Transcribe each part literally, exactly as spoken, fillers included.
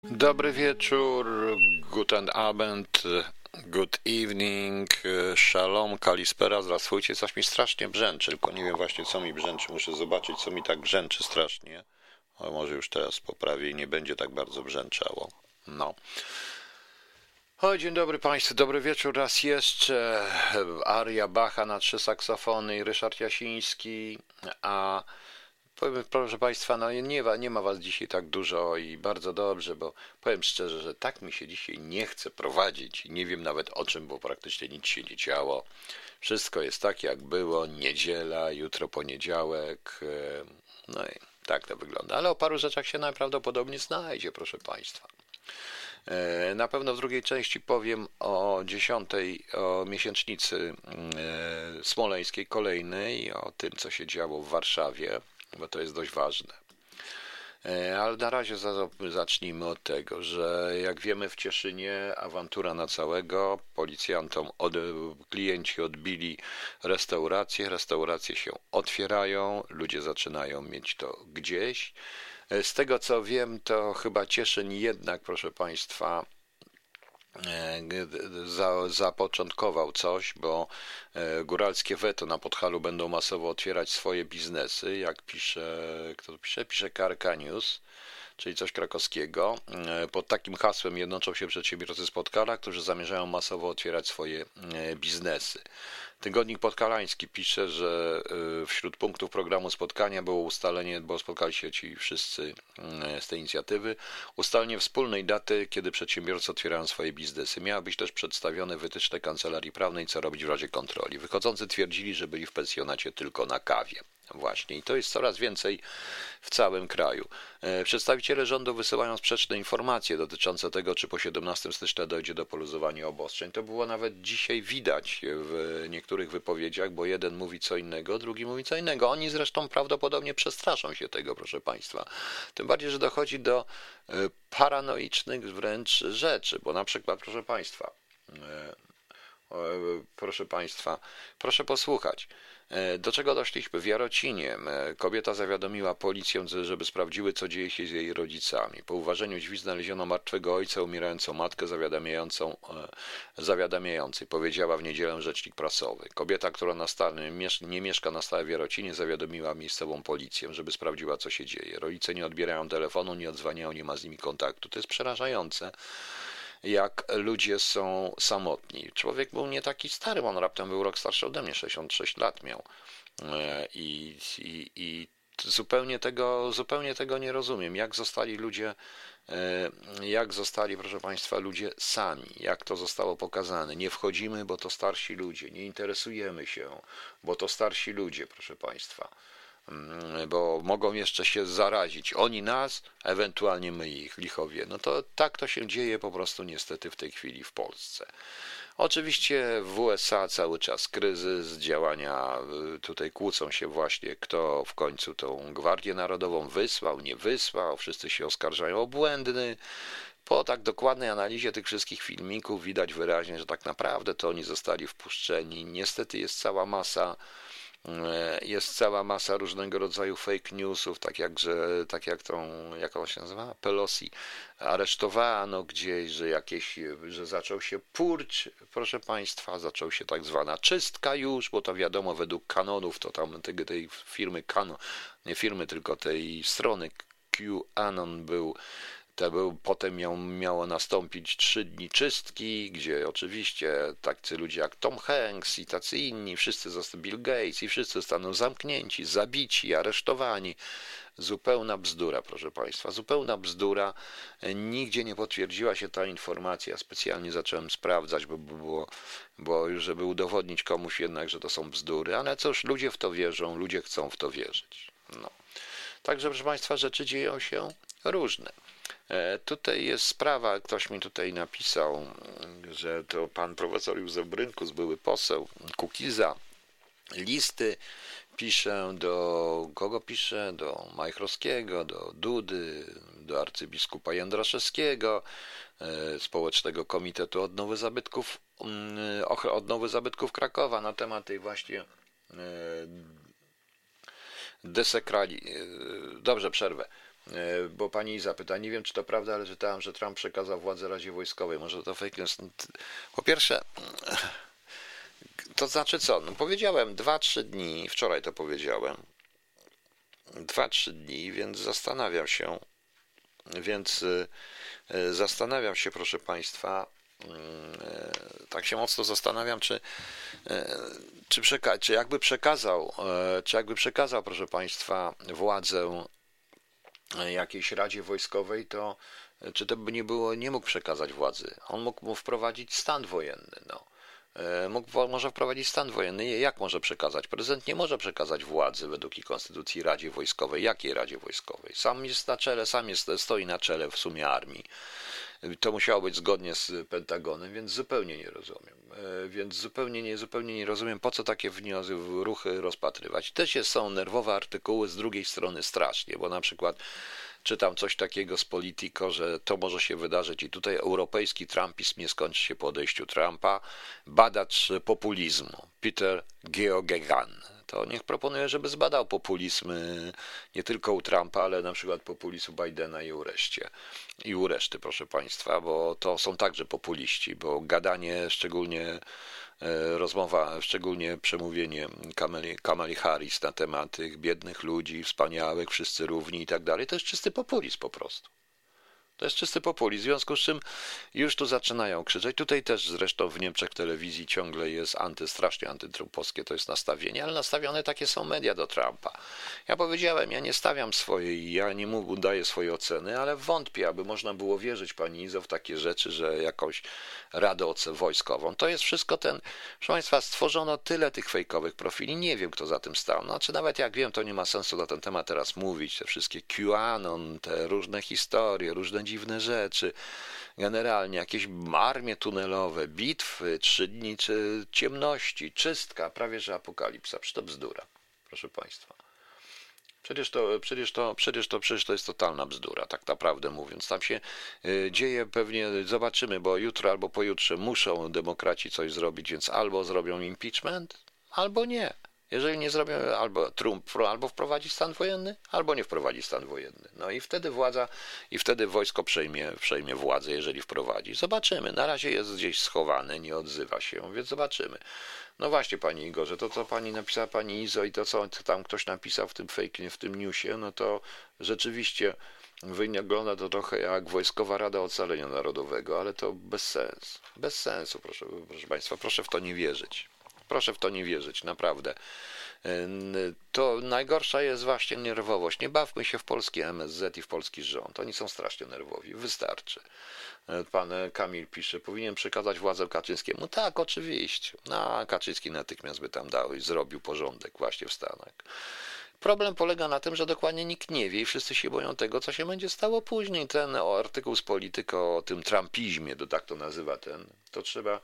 Dobry wieczór, guten Abend, good evening, shalom, kalispera, zdравствуйте. Coś mi strasznie brzęczy, tylko nie wiem właśnie co mi brzęczy. Muszę zobaczyć co mi tak brzęczy strasznie. O, może już teraz poprawię i nie będzie tak bardzo brzęczało. No. O, dzień dobry Państwu, dobry wieczór raz jeszcze. Aria Bacha na trzy saksofony i Ryszard Jasiński, a powiem, proszę Państwa, no nie ma, nie ma Was dzisiaj tak dużo i bardzo dobrze, bo powiem szczerze, że tak mi się dzisiaj nie chce prowadzić i nie wiem nawet o czym, bo praktycznie nic się nie działo. Wszystko jest tak jak było, niedziela, jutro poniedziałek, e, no i tak to wygląda. Ale o paru rzeczach się najprawdopodobniej znajdzie, proszę Państwa. E, Na pewno w drugiej części powiem o dziesiątej, o miesięcznicy e, smoleńskiej kolejnej, o tym, co się działo w Warszawie, bo to jest dość ważne. E, Ale na razie za- zacznijmy od tego, że jak wiemy w Cieszynie awantura na całego, policjantom od, klienci odbili restauracje, restauracje się otwierają, ludzie zaczynają mieć to gdzieś. E, Z tego co wiem, to chyba Cieszyn jednak, proszę Państwa, e, za, zapoczątkował coś, bo e, góralskie Weto na Podhalu będą masowo otwierać swoje biznesy, jak pisze, kto to pisze? Pisze K R K News, czyli coś krakowskiego. E, Pod takim hasłem jednoczą się przedsiębiorcy z Podkala, którzy zamierzają masowo otwierać swoje e, biznesy. Tygodnik Podkalański pisze, że y, wśród punktów programu spotkania było ustalenie, bo spotkali się ci wszyscy y, z tej inicjatywy, ustalenie wspólnej daty, kiedy przedsiębiorcy otwierają swoje biznesy. Miały być też przedstawione wytyczne kancelarii prawnej, co robić w razie kontroli. Wychodzący twierdzili, że byli w pensjonacie tylko na kawie. Właśnie, i to jest coraz więcej w całym kraju. E, Przedstawiciele rządu wysyłają sprzeczne informacje dotyczące tego, czy po siedemnastego stycznia dojdzie do poluzowania obostrzeń. To było nawet dzisiaj widać w niektórych wypowiedziach, bo jeden mówi co innego, drugi mówi co innego. Oni zresztą prawdopodobnie przestraszą się tego, proszę Państwa. Tym bardziej, że dochodzi do e, paranoicznych wręcz rzeczy, bo na przykład, proszę Państwa, e, e, proszę Państwa, proszę posłuchać. E, Do czego doszliśmy? W Jarocinie e, kobieta zawiadomiła policję, żeby sprawdziły, co dzieje się z jej rodzicami. Po uważeniu drzwi znaleziono martwego ojca, umierającą matkę zawiadamiającą, e, zawiadamiającej, powiedziała w niedzielę rzecznik prasowy. Kobieta, która na stale, miesz- nie mieszka na stałe w Jarocinie, zawiadomiła miejscową policję, żeby sprawdziła, co się dzieje. Rodzice nie odbierają telefonu, nie odzwaniają, nie ma z nimi kontaktu. To jest przerażające, jak ludzie są samotni. Człowiek był nie taki stary, on raptem był rok starszy ode mnie, sześćdziesiąt sześć lat miał. E, I, i, i zupełnie tego, zupełnie tego nie rozumiem. Jak zostali ludzie, e, jak zostali, proszę Państwa, ludzie sami, jak to zostało pokazane. Nie wchodzimy, bo to starsi ludzie, nie interesujemy się, bo to starsi ludzie, proszę Państwa. Mm, bo mogą jeszcze się zarazić. Oni nas, ewentualnie my ich, lichowie. No to tak to się dzieje po prostu niestety w tej chwili w Polsce. Oczywiście w U S A cały czas kryzys, działania y, tutaj kłócą się właśnie, kto w końcu tą Gwardię Narodową wysłał, nie wysłał, wszyscy się oskarżają o błędy. Po tak dokładnej analizie tych wszystkich filmików widać wyraźnie, że tak naprawdę to oni zostali wpuszczeni. Niestety jest cała masa jest cała masa różnego rodzaju fake newsów, tak jak, że, tak jak tą, jak ona się nazywa? Pelosi aresztowano gdzieś, że jakieś, że zaczął się purcz, proszę Państwa, zaczął się tak zwana czystka już, bo to wiadomo, według kanonów, to tam tej, tej firmy Canon, nie firmy, tylko tej strony QAnon był. To był, potem miał, miało nastąpić trzy dni czystki, gdzie oczywiście tacy ludzie jak Tom Hanks i tacy inni, wszyscy zostaną, Bill Gates i wszyscy zostaną zamknięci, zabici, aresztowani. Zupełna bzdura, proszę Państwa, zupełna bzdura. Nigdzie nie potwierdziła się ta informacja. Specjalnie zacząłem sprawdzać, bo było, bo już żeby udowodnić komuś jednak, że to są bzdury, ale cóż, ludzie w to wierzą, ludzie chcą w to wierzyć. No. Także, proszę Państwa, rzeczy dzieją się różne. E, Tutaj jest sprawa, ktoś mi tutaj napisał, że to pan profesor Józef Brynkus, były poseł Kukiza, listy pisze do, kogo pisze? Do Majchrowskiego, do Dudy, do arcybiskupa Jędraszewskiego, e, Społecznego Komitetu Odnowy Zabytków, mm, och- Odnowy Zabytków Krakowa na temat tej właśnie e, desekrali. e, Dobrze, przerwę. Bo pani Iza pyta, nie wiem czy to prawda, ale czytałem, że Trump przekazał władzę Radzie Wojskowej. Może to fake news? Po pierwsze, to znaczy co? No powiedziałem dwa trzy dni, wczoraj to powiedziałem. dwa trzy dni, więc zastanawiam się, więc zastanawiam się, proszę państwa, tak się mocno zastanawiam, czy, czy, przeka- czy jakby przekazał, czy jakby przekazał, proszę państwa, władzę jakiejś Radzie Wojskowej, to czy to by nie było, nie mógł przekazać władzy. On mógł mu wprowadzić stan wojenny, no. Mógł, może wprowadzić stan wojenny. Jak może przekazać? Prezydent nie może przekazać władzy według i konstytucji Radzie Wojskowej. Jakiej Radzie Wojskowej? Sam jest na czele, sam jest, stoi na czele w sumie armii. To musiało być zgodnie z Pentagonem, więc zupełnie nie rozumiem. Więc zupełnie nie, zupełnie nie rozumiem, po co takie wniosy, ruchy rozpatrywać. Też jest, są nerwowe artykuły z drugiej strony strasznie, bo na przykład czytam coś takiego z Politico, że to może się wydarzyć i tutaj europejski trumpizm nie skończy się po odejściu Trumpa. Badacz populizmu Peter Geoghegan to niech proponuje, żeby zbadał populizm nie tylko u Trumpa, ale na przykład populizm u Bidena i u reszcie. I u reszty, proszę państwa, bo to są także populiści, bo gadanie, szczególnie rozmowa, szczególnie przemówienie Kamali, Kamali Harris na temat tych biednych ludzi, wspaniałych, wszyscy równi i tak dalej, to jest czysty populizm po prostu. To jest czysty populizm, w związku z czym już tu zaczynają krzyczeć. Tutaj też zresztą w Niemczech telewizji ciągle jest anty, strasznie antytrumpowskie to jest nastawienie, ale nastawione takie są media do Trumpa. Ja powiedziałem, ja nie stawiam swojej, ja nie mógł, daję swojej oceny, ale wątpię, aby można było wierzyć pani Izo w takie rzeczy, że jakąś radę wojskową. To jest wszystko ten, proszę państwa, stworzono tyle tych fejkowych profili, nie wiem kto za tym stał. Znaczy nawet jak wiem, to nie ma sensu na ten temat teraz mówić, te wszystkie QAnon, te różne historie, różne dziwne rzeczy, generalnie jakieś armie tunelowe, bitwy, trzy dni czy ciemności, czystka, prawie że apokalipsa, przecież to bzdura, proszę państwa. Przecież to, przecież to, przecież to, przecież to jest totalna bzdura, tak naprawdę mówiąc. Tam się dzieje pewnie, zobaczymy, bo jutro albo pojutrze muszą demokraci coś zrobić, więc albo zrobią impeachment, albo nie. Jeżeli nie zrobią, albo Trump albo wprowadzi stan wojenny, albo nie wprowadzi stan wojenny. No i wtedy władza, i wtedy wojsko przejmie, przejmie władzę, jeżeli wprowadzi. Zobaczymy. Na razie jest gdzieś schowany, nie odzywa się, więc zobaczymy. No właśnie, pani Igorze, to co pani napisała, pani Izo i to co tam ktoś napisał w tym fake, w tym newsie, no to rzeczywiście wygląda to trochę jak Wojskowa Rada Ocalenia Narodowego, ale to bez sensu. Bez sensu, proszę, proszę państwa, proszę w to nie wierzyć. Proszę w to nie wierzyć, naprawdę. To najgorsza jest właśnie nerwowość. Nie bawmy się w polski M S Z i w polski rząd. Oni są strasznie nerwowi. Wystarczy. Pan Kamil pisze, powinien przekazać władzę Kaczyńskiemu. Tak, oczywiście. No, Kaczyński natychmiast by tam dał i zrobił porządek właśnie w Stanach. Problem polega na tym, że dokładnie nikt nie wie i wszyscy się boją tego, co się będzie stało później. Ten artykuł z Polityko o tym trumpizmie, to tak to nazywa ten, to trzeba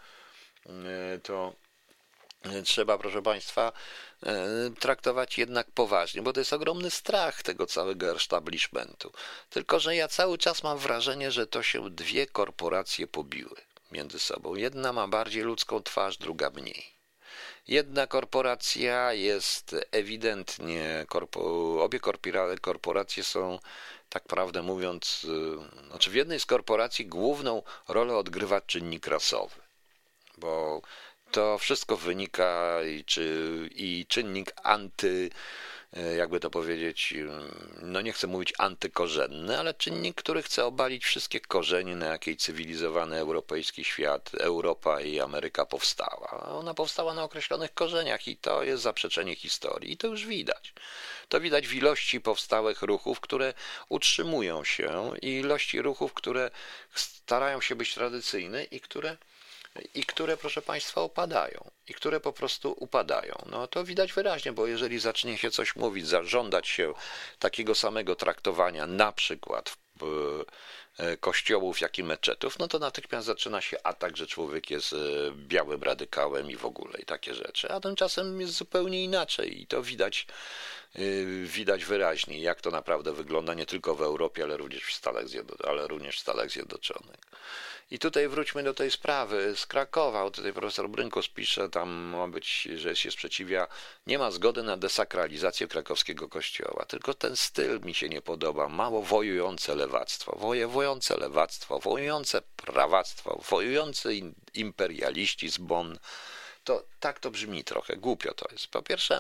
to trzeba, proszę państwa, traktować jednak poważnie, bo to jest ogromny strach tego całego establishmentu. Tylko że ja cały czas mam wrażenie, że to się dwie korporacje pobiły między sobą. Jedna ma bardziej ludzką twarz, druga mniej. Jedna korporacja jest ewidentnie, korpo, obie korporacje są, tak prawdę mówiąc, znaczy w jednej z korporacji główną rolę odgrywa czynnik rasowy, bo to wszystko wynika i, czy, i czynnik anty, jakby to powiedzieć, no nie chcę mówić antykorzenny, ale czynnik, który chce obalić wszystkie korzenie, na jakiej cywilizowany europejski świat, Europa i Ameryka powstała. Ona powstała na określonych korzeniach i to jest zaprzeczenie historii i to już widać. To widać w ilości powstałych ruchów, które utrzymują się i ilości ruchów, które starają się być tradycyjne i które i które, proszę państwa, upadają i które po prostu upadają. No to widać wyraźnie, bo jeżeli zacznie się coś mówić, zażądać się takiego samego traktowania na przykład kościołów, jak i meczetów, no to natychmiast zaczyna się atak, że człowiek jest białym radykałem i w ogóle i takie rzeczy. A tymczasem jest zupełnie inaczej i to widać, widać wyraźnie, jak to naprawdę wygląda nie tylko w Europie, ale również w Stanach Zjednoczonych, ale również w Stanach Zjednoczonych. I tutaj wróćmy do tej sprawy z Krakowa. Tutaj profesor Brynkus pisze, tam ma być, że się sprzeciwia, nie ma zgody na desakralizację krakowskiego kościoła. Tylko ten styl mi się nie podoba. Mało wojujące lewactwo, wojujące lewactwo, wojujące prawactwo, wojujący imperialiści z Bonn. To tak to brzmi trochę, głupio to jest. Po pierwsze,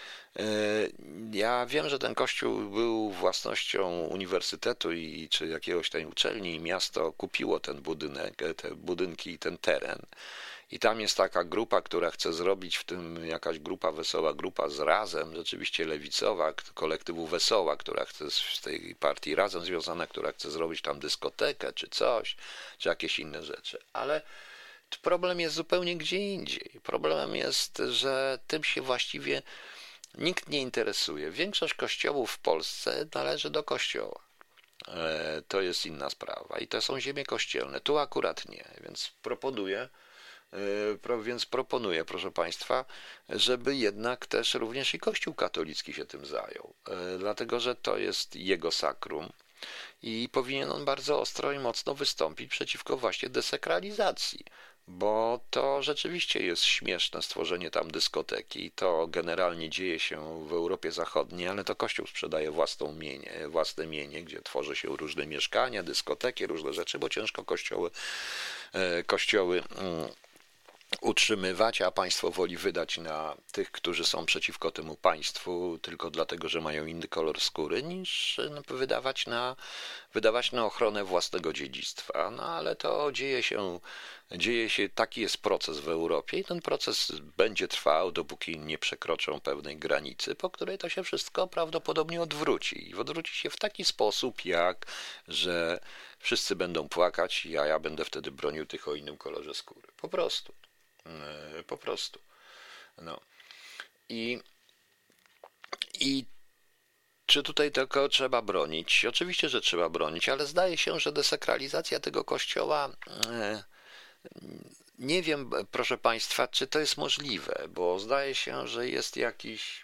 ja wiem, że ten kościół był własnością uniwersytetu i czy jakiegoś tej uczelni i miasto kupiło ten budynek, te budynki i ten teren. I tam jest taka grupa, która chce zrobić w tym jakaś grupa wesoła, grupa z Razem, rzeczywiście lewicowa, kolektywu Wesoła, która chce z tej partii Razem związana, która chce zrobić tam dyskotekę czy coś, czy jakieś inne rzeczy. Ale problem jest zupełnie gdzie indziej. Problemem jest, że tym się właściwie nikt nie interesuje. Większość kościołów w Polsce należy do kościoła. To jest inna sprawa. I to są ziemie kościelne. Tu akurat nie. Więc proponuję, więc proponuję, proszę Państwa, żeby jednak też również i Kościół katolicki się tym zajął. Dlatego, że to jest jego sakrum. I powinien on bardzo ostro i mocno wystąpić przeciwko właśnie desakralizacji. Bo to rzeczywiście jest śmieszne stworzenie tam dyskoteki. To generalnie dzieje się w Europie Zachodniej, ale to Kościół sprzedaje własną mienie, własne mienie, gdzie tworzy się różne mieszkania, dyskoteki, różne rzeczy, bo ciężko kościoły, kościoły utrzymywać, a państwo woli wydać na tych, którzy są przeciwko temu państwu tylko dlatego, że mają inny kolor skóry, niż wydawać na, wydawać na ochronę własnego dziedzictwa. No ale to dzieje się, dzieje się, taki jest proces w Europie i ten proces będzie trwał, dopóki nie przekroczą pewnej granicy, po której to się wszystko prawdopodobnie odwróci. I odwróci się w taki sposób, jak, że wszyscy będą płakać, a ja będę wtedy bronił tych o innym kolorze skóry. Po prostu. Po prostu. No. I, i czy tutaj tylko trzeba bronić? Oczywiście, że trzeba bronić, ale zdaje się, że desakralizacja tego kościoła, nie wiem, proszę Państwa, czy to jest możliwe, bo zdaje się, że jest jakiś...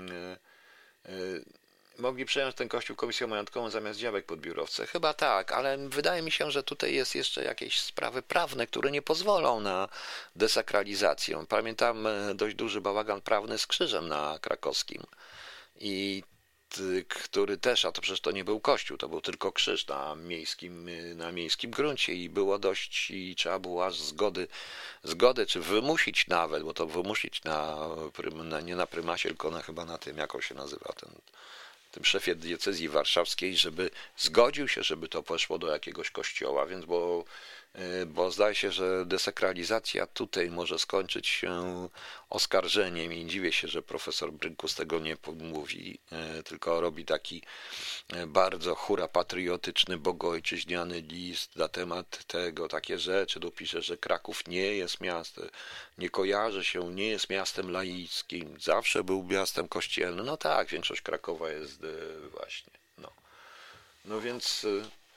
Mogli przejąć ten kościół komisją majątkową zamiast działek pod biurowce? Chyba tak, ale wydaje mi się, że tutaj jest jeszcze jakieś sprawy prawne, które nie pozwolą na desakralizację. Pamiętam dość duży bałagan prawny z krzyżem na krakowskim, i który też, a to przecież to nie był kościół, to był tylko krzyż na miejskim, na miejskim gruncie i było dość, i trzeba było aż zgody, zgody, czy wymusić nawet, bo to wymusić na, na nie na prymasie, tylko na, chyba na tym, jak on się nazywa, ten tym szefie diecezji warszawskiej, żeby zgodził się, żeby to poszło do jakiegoś kościoła, więc bo, bo zdaje się, że desakralizacja tutaj może skończyć się oskarżeniem i dziwię się, że profesor Brynkus tego nie mówi, tylko robi taki bardzo hura patriotyczny, bogoojczyźniany list na temat tego, takie rzeczy, tu pisze, że Kraków nie jest miastem, nie kojarzy się, nie jest miastem laickim, zawsze był miastem kościelnym. No tak, większość Krakowa jest właśnie, no. No więc,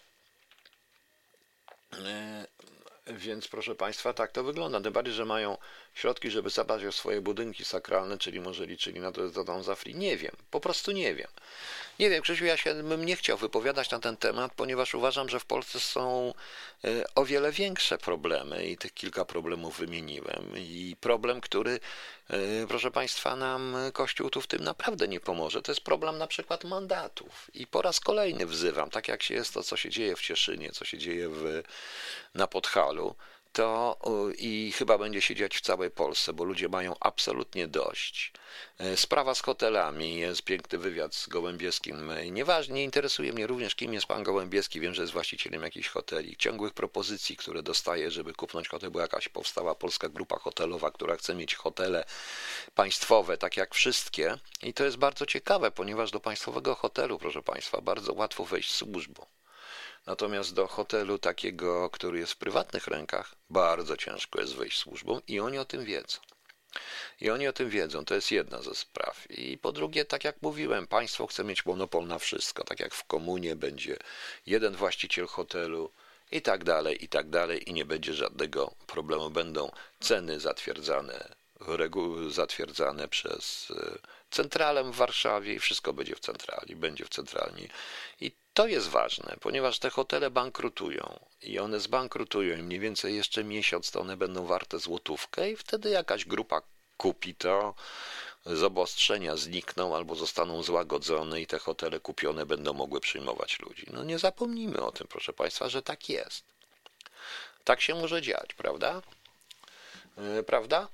więc proszę Państwa, tak to wygląda. Tym bardziej, że mają środki, żeby zadbać o swoje budynki sakralne, czyli może liczyli na to, że dodam za free. Nie wiem, po prostu nie wiem. Nie wiem, Krzysiu, ja się bym nie chciał wypowiadać na ten temat, ponieważ uważam, że w Polsce są o wiele większe problemy i tych kilka problemów wymieniłem. I problem, który, proszę Państwa, nam Kościół tu w tym naprawdę nie pomoże, to jest problem na przykład mandatów. I po raz kolejny wzywam, tak jak się jest to, co się dzieje w Cieszynie, co się dzieje w, na Podhalu, to i chyba będzie się dziać w całej Polsce, bo ludzie mają absolutnie dość. Sprawa z hotelami, jest piękny wywiad z Gołębiewskim. Nieważne, nie interesuje mnie również, kim jest pan Gołębieski, wiem, że jest właścicielem jakichś hoteli. Ciągłych propozycji, które dostaje, żeby kupnąć hotel, bo jakaś powstała polska grupa hotelowa, która chce mieć hotele państwowe, tak jak wszystkie. I to jest bardzo ciekawe, ponieważ do państwowego hotelu, proszę Państwa, bardzo łatwo wejść służbą. Natomiast do hotelu takiego, który jest w prywatnych rękach, bardzo ciężko jest wejść służbą i oni o tym wiedzą. I oni o tym wiedzą, to jest jedna ze spraw. I po drugie, tak jak mówiłem, państwo chce mieć monopol na wszystko, tak jak w komunie będzie jeden właściciel hotelu i tak dalej, i tak dalej i nie będzie żadnego problemu. Będą ceny zatwierdzane, reguły zatwierdzane przez centralę w Warszawie i wszystko będzie w centrali, będzie w centralni. I to jest ważne, ponieważ te hotele bankrutują i one zbankrutują i mniej więcej jeszcze miesiąc to one będą warte złotówkę i wtedy jakaś grupa kupi to, z obostrzenia znikną albo zostaną złagodzone i te hotele kupione będą mogły przyjmować ludzi. No nie zapomnijmy o tym, proszę Państwa, że tak jest. Tak się może dziać, prawda? Yy, prawda?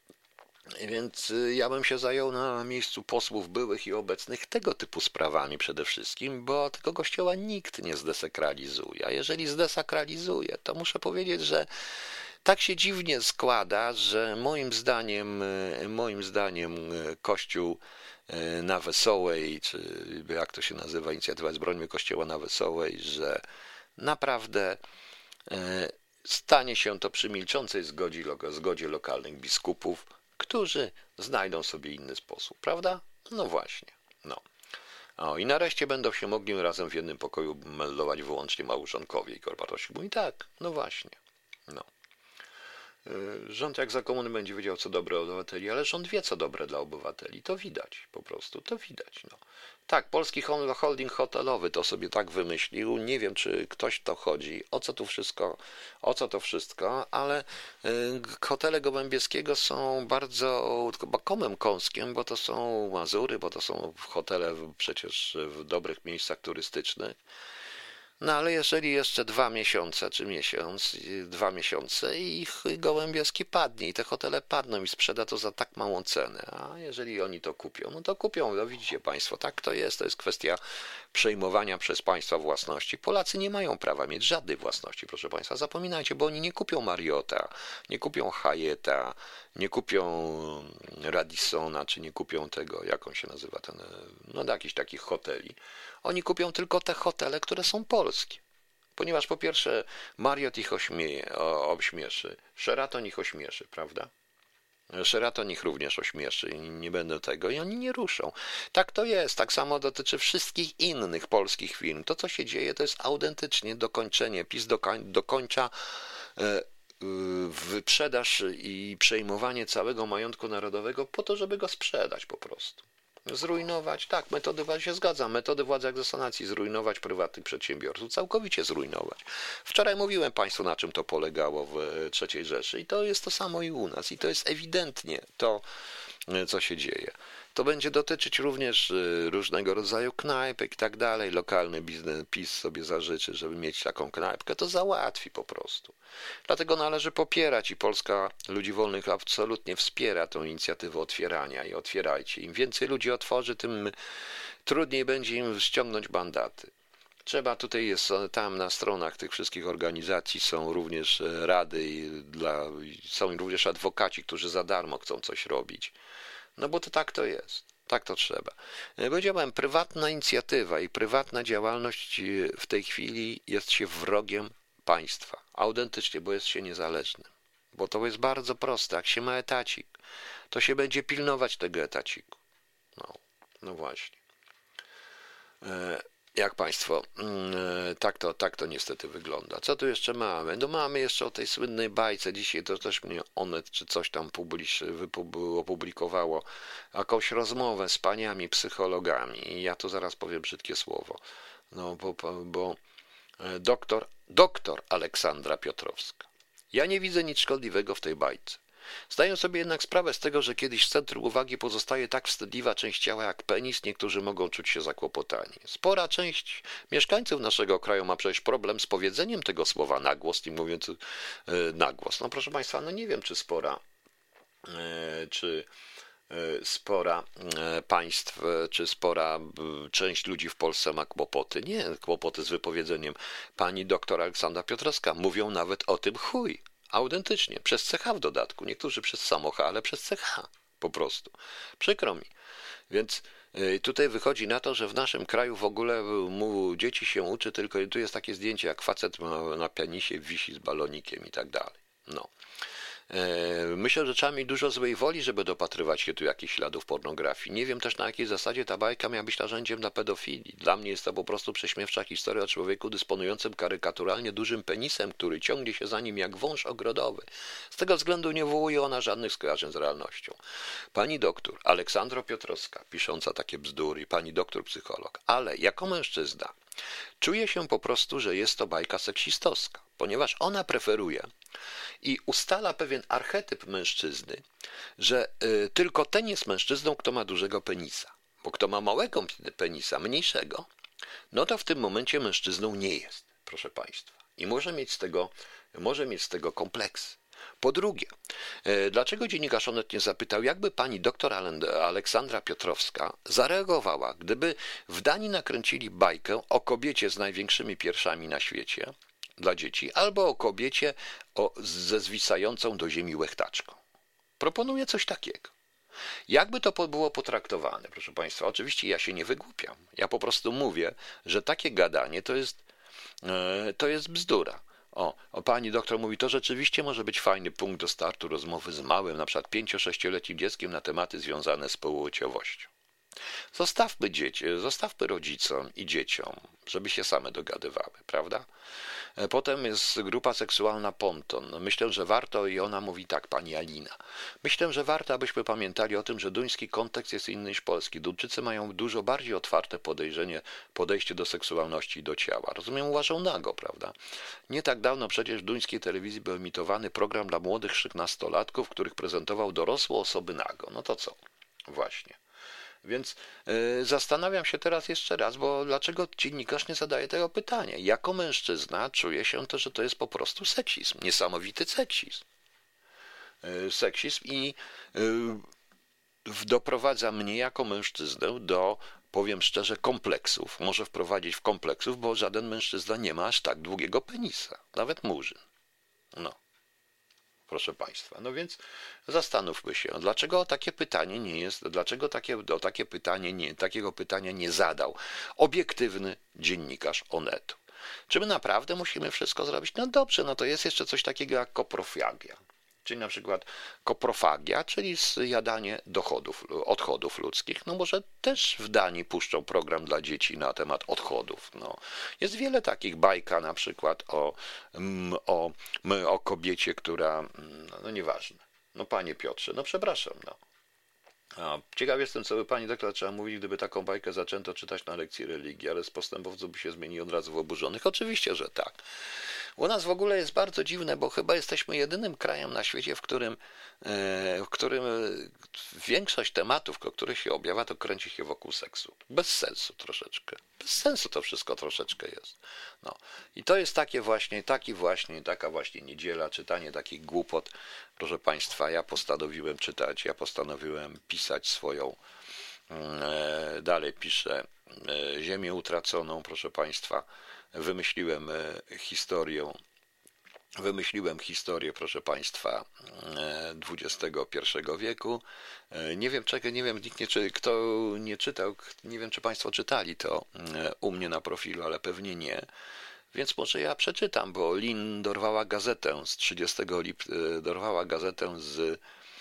Więc ja bym się zajął na miejscu posłów byłych i obecnych tego typu sprawami przede wszystkim, bo tego kościoła nikt nie zdesakralizuje. A jeżeli zdesakralizuje, to muszę powiedzieć, że tak się dziwnie składa, że moim zdaniem, moim zdaniem Kościół na Wesołej, czy jak to się nazywa, inicjatywa jest Brońmy Kościoła na Wesołej, że naprawdę stanie się to przy milczącej zgodzie, zgodzie lokalnych biskupów, którzy znajdą sobie inny sposób, prawda? No właśnie, no. O, i nareszcie będą się mogli razem w jednym pokoju meldować wyłącznie małżonkowie i korporatości. Mówi tak, no właśnie, no. Rząd jak za komuny będzie wiedział, co dobre dla obywateli, ale rząd wie, co dobre dla obywateli. To widać, po prostu, to widać. No. Tak, polski holding hotelowy to sobie tak wymyślił. Nie wiem, czy ktoś to chodzi, o co tu wszystko, o co to wszystko, ale hotele Gołębieskiego są bardzo bakomem kąskiem, bo to są Mazury, bo to są hotele przecież w dobrych miejscach turystycznych. No ale jeżeli jeszcze dwa miesiące, czy miesiąc, dwa miesiące i Gołębieski padnie i te hotele padną i sprzeda to za tak małą cenę, a jeżeli oni to kupią, no to kupią, no widzicie Państwo, tak to jest, to jest kwestia przejmowania przez państwa własności. Polacy nie mają prawa mieć żadnej własności, proszę Państwa, zapominajcie, bo oni nie kupią Marriota, nie kupią Hyata, nie kupią Radissona, czy nie kupią tego, jak on się nazywa, ten, no jakichś takich hoteli. Oni kupią tylko te hotele, które są polskie. Ponieważ po pierwsze Marriott ich ośmieje, obśmieszy, Sheraton ich ośmieszy, prawda? Sheraton ich również ośmieszy i nie będę tego i oni nie ruszą. Tak to jest, tak samo dotyczy wszystkich innych polskich firm. To, co się dzieje, to jest autentycznie dokończenie. PiS dokończa wyprzedaż i przejmowanie całego majątku narodowego po to, żeby go sprzedać po prostu. Zrujnować, tak, metody władzy się zgadzam, metody władzy egzosanacji, zrujnować prywatnych przedsiębiorców, całkowicie zrujnować. Wczoraj mówiłem Państwu, na czym to polegało w trzeciej Rzeszy i to jest to samo i u nas i to jest ewidentnie to, co się dzieje. To będzie dotyczyć również różnego rodzaju knajpek i tak dalej. Lokalny biznes, PiS sobie zażyczy, żeby mieć taką knajpkę, to załatwi po prostu. Dlatego należy popierać i Polska Ludzi Wolnych absolutnie wspiera tę inicjatywę otwierania i otwierajcie. Im więcej ludzi otworzy, tym trudniej będzie im ściągnąć mandaty. Trzeba, tutaj jest, tam na stronach tych wszystkich organizacji są również rady, i dla, są również adwokaci, którzy za darmo chcą coś robić. No bo to tak to jest, tak to trzeba. Powiedziałem, prywatna inicjatywa i prywatna działalność w tej chwili jest się wrogiem państwa. Autentycznie, bo jest się niezależnym. Bo to jest bardzo proste, jak się ma etacik, to się będzie pilnować tego etaciku. No, no właśnie. Jak Państwo, tak to, tak to niestety wygląda. Co tu jeszcze mamy? No mamy jeszcze o tej słynnej bajce. Dzisiaj to też mnie Onet czy coś tam publicz, opublikowało. Jakąś rozmowę z paniami psychologami. I ja tu zaraz powiem brzydkie słowo. No bo, bo doktor, doktor Aleksandra Piotrowska. Ja nie widzę nic szkodliwego w tej bajce. Zdaję sobie jednak sprawę z tego, że kiedyś w centrum uwagi pozostaje tak wstydliwa część ciała jak penis, niektórzy mogą czuć się zakłopotani. Spora część mieszkańców naszego kraju ma przecież problem z powiedzeniem tego słowa na głos i mówiąc yy, na głos. No proszę Państwa, no nie wiem, czy spora, yy, czy yy, spora yy, państw, yy, czy spora yy, część ludzi w Polsce ma kłopoty. Nie, kłopoty z wypowiedzeniem. Pani doktor Aleksandra Piotrowska mówią nawet o tym chuj. Autentycznie, przez C H w dodatku. Niektórzy przez samo H, ale przez C H po prostu. Przykro mi. Więc tutaj wychodzi na to, że w naszym kraju w ogóle mu dzieci się uczy tylko, tu jest takie zdjęcie, jak facet na pianisie wisi z balonikiem i tak dalej. No. Myślę, że trzeba mieć dużo złej woli, żeby dopatrywać się tu jakichś śladów pornografii. Nie wiem też, na jakiej zasadzie ta bajka miała być narzędziem dla pedofilii. Dla mnie jest to po prostu prześmiewcza historia o człowieku dysponującym karykaturalnie dużym penisem, który ciągnie się za nim jak wąż ogrodowy. Z tego względu nie wywołuje ona żadnych skojarzeń z realnością. Pani doktor Aleksandra Piotrowska, pisząca takie bzdury, pani doktor psycholog, ale jako mężczyzna Czuję się po prostu, że jest to bajka seksistowska, ponieważ ona preferuje i ustala pewien archetyp mężczyzny, że y, tylko ten jest mężczyzną, kto ma dużego penisa. Bo kto ma małego penisa, mniejszego, no to w tym momencie mężczyzną nie jest, proszę Państwa. I może mieć z tego, może mieć z tego kompleksy. Po drugie, dlaczego dziennikarz Onet nie zapytał, jakby pani doktor Aleksandra Piotrowska zareagowała, gdyby w Danii nakręcili bajkę o kobiecie z największymi piersiami na świecie dla dzieci, albo o kobiecie o, ze zwisającą do ziemi łechtaczką. Proponuję coś takiego. Jakby to było potraktowane, proszę Państwa, oczywiście ja się nie wygłupiam. Ja po prostu mówię, że takie gadanie to jest, to jest bzdura. O, o, pani doktor mówi, to rzeczywiście może być fajny punkt do startu rozmowy z małym, na przykład pięcio-sześcioletnim dzieckiem na tematy związane z płciowością. Zostawmy dzieci, zostawmy rodzicom i dzieciom, żeby się same dogadywały, prawda? Potem jest grupa seksualna Ponton. Myślę, że warto, i ona mówi tak, pani Alina. Myślę, że warto, abyśmy pamiętali o tym, że duński kontekst jest inny niż polski. Duńczycy mają dużo bardziej otwarte podejrzenie, podejście do seksualności i do ciała. Rozumiem, uważał nago, prawda? Nie tak dawno przecież w duńskiej telewizji był emitowany program dla młodych szesnastolatków, których prezentował dorosłe osoby nago. No to co? Właśnie. Więc y, zastanawiam się teraz jeszcze raz, bo dlaczego dziennikarz nie zadaje tego pytania? Jako mężczyzna czuję się to, że to jest po prostu seksizm, niesamowity seksizm. Y, seksizm i y, doprowadza mnie jako mężczyznę do, powiem szczerze, kompleksów. Może wprowadzić w kompleksów, bo żaden mężczyzna nie ma aż tak długiego penisa, nawet murzyn. No. Proszę Państwa, no więc zastanówmy się, dlaczego o takie pytanie nie jest, dlaczego takie, o takie pytanie nie, takiego pytania nie zadał obiektywny dziennikarz Onetu. Czy my naprawdę musimy wszystko zrobić? No dobrze, no to jest jeszcze coś takiego jak koprofagia, czyli na przykład koprofagia, czyli zjadanie dochodów, odchodów ludzkich. No może też w Danii puszczą program dla dzieci na temat odchodów. No. Jest wiele takich, bajka na przykład o, o, o kobiecie, która, no, no nieważne, no panie Piotrze, no przepraszam, no. A ciekaw jestem, co by pani doktor trzeba mówić, gdyby taką bajkę zaczęto czytać na lekcji religii, ale z postępowców by się zmienił od razu w oburzonych. Oczywiście, że tak. U nas w ogóle jest bardzo dziwne, bo chyba jesteśmy jedynym krajem na świecie, w którym, w którym większość tematów, o których się objawia, to kręci się wokół seksu. Bez sensu troszeczkę. Bez sensu to wszystko troszeczkę jest. No. I to jest takie właśnie, taki właśnie, taka właśnie niedziela, czytanie takich głupot. Proszę Państwa, ja postanowiłem czytać, ja postanowiłem pisać swoją, e, dalej piszę, e, Ziemię utraconą, proszę Państwa. Wymyśliłem e, historię, wymyśliłem historię, proszę Państwa, e, dwudziestego pierwszego wieku. E, nie wiem, czego, nie wiem, nikt nie, czy, kto nie czytał, nie wiem, czy Państwo czytali to e, u mnie na profilu, ale pewnie nie. Więc może ja przeczytam, bo Lin dorwała gazetę z trzydziestego lipca, dorwała gazetę z,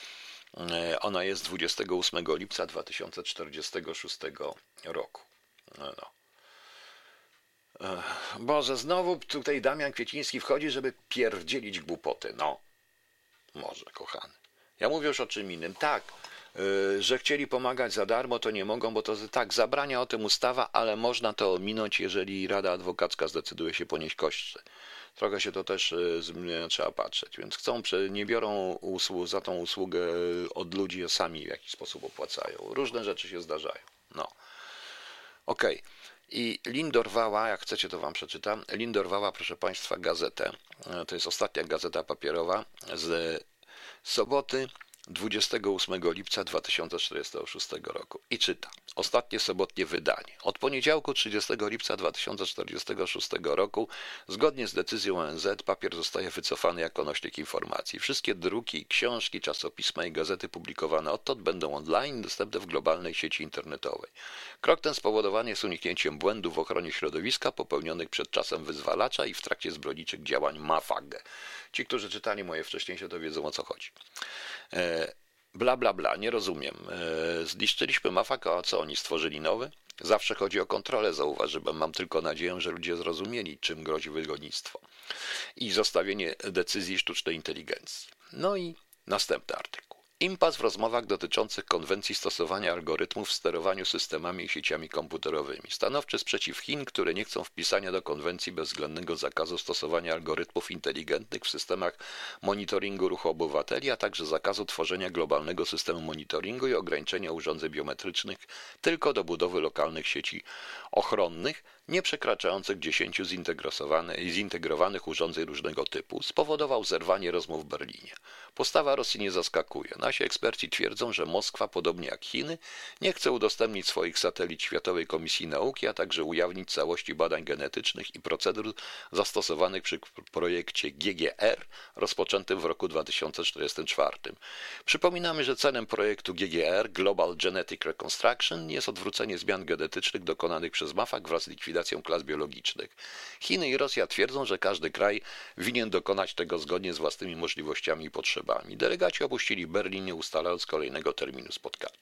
ona jest dwudziestego ósmego lipca dwa tysiące czterdziestego szóstego roku. No, no. Boże, znowu tutaj Damian Kwieciński wchodzi, żeby pierdzielić głupoty. No, może, kochany. Ja mówię już o czym innym. Tak, yy, że chcieli pomagać za darmo, to nie mogą, bo to tak, zabrania o tym ustawa, ale można to ominąć, jeżeli Rada Adwokacka zdecyduje się ponieść koszty. Trochę się to też yy, trzeba patrzeć, więc chcą, nie biorą usług, za tą usługę od ludzi, sami w jakiś sposób opłacają. Różne rzeczy się zdarzają. No, okej. Okay. I Lin dorwała, jak chcecie to wam przeczytam, Lin dorwała, proszę Państwa, gazetę. To jest ostatnia gazeta papierowa z soboty dwudziestego ósmego lipca dwa tysiące czterdziestego szóstego roku. I czyta. Ostatnie sobotnie wydanie. Od poniedziałku trzydziestego lipca dwa tysiące czterdziestego szóstego roku, zgodnie z decyzją O N Z, papier zostaje wycofany jako nośnik informacji. Wszystkie druki, książki, czasopisma i gazety publikowane odtąd będą online, dostępne w globalnej sieci internetowej. Krok ten spowodowany jest uniknięciem błędów w ochronie środowiska popełnionych przed czasem wyzwalacza i w trakcie zbrodniczych działań Mafag. Ci, którzy czytali moje wcześniejsze, to wiedzą, o co chodzi. E, bla, bla, bla, nie rozumiem. E, zniszczyliśmy Mafag, a co oni stworzyli nowy? Zawsze chodzi o kontrolę, zauważyłem. Mam tylko nadzieję, że ludzie zrozumieli, czym grozi wydawnictwo i zostawienie decyzji sztucznej inteligencji. No i następny artykuł. Impas w rozmowach dotyczących konwencji stosowania algorytmów w sterowaniu systemami i sieciami komputerowymi. Stanowczy sprzeciw Chin, które nie chcą wpisania do konwencji bezwzględnego zakazu stosowania algorytmów inteligentnych w systemach monitoringu ruchu obywateli, a także zakazu tworzenia globalnego systemu monitoringu i ograniczenia urządzeń biometrycznych tylko do budowy lokalnych sieci ochronnych, nie przekraczających dziesięciu zintegrowanych urządzeń różnego typu, spowodował zerwanie rozmów w Berlinie. Postawa Rosji nie zaskakuje. Nasi eksperci twierdzą, że Moskwa, podobnie jak Chiny, nie chce udostępnić swoich satelit Światowej Komisji Nauki, a także ujawnić całości badań genetycznych i procedur zastosowanych przy projekcie G G R rozpoczętym w roku dwa tysiące czterdziestym czwartym. Przypominamy, że celem projektu G G R Global Genetic Reconstruction jest odwrócenie zmian genetycznych dokonanych przez MAFAK wraz z likwidacją klas biologicznych. Chiny i Rosja twierdzą, że każdy kraj winien dokonać tego zgodnie z własnymi możliwościami i potrzebami. Delegaci opuścili Berlin, nie ustalając kolejnego terminu spotkania.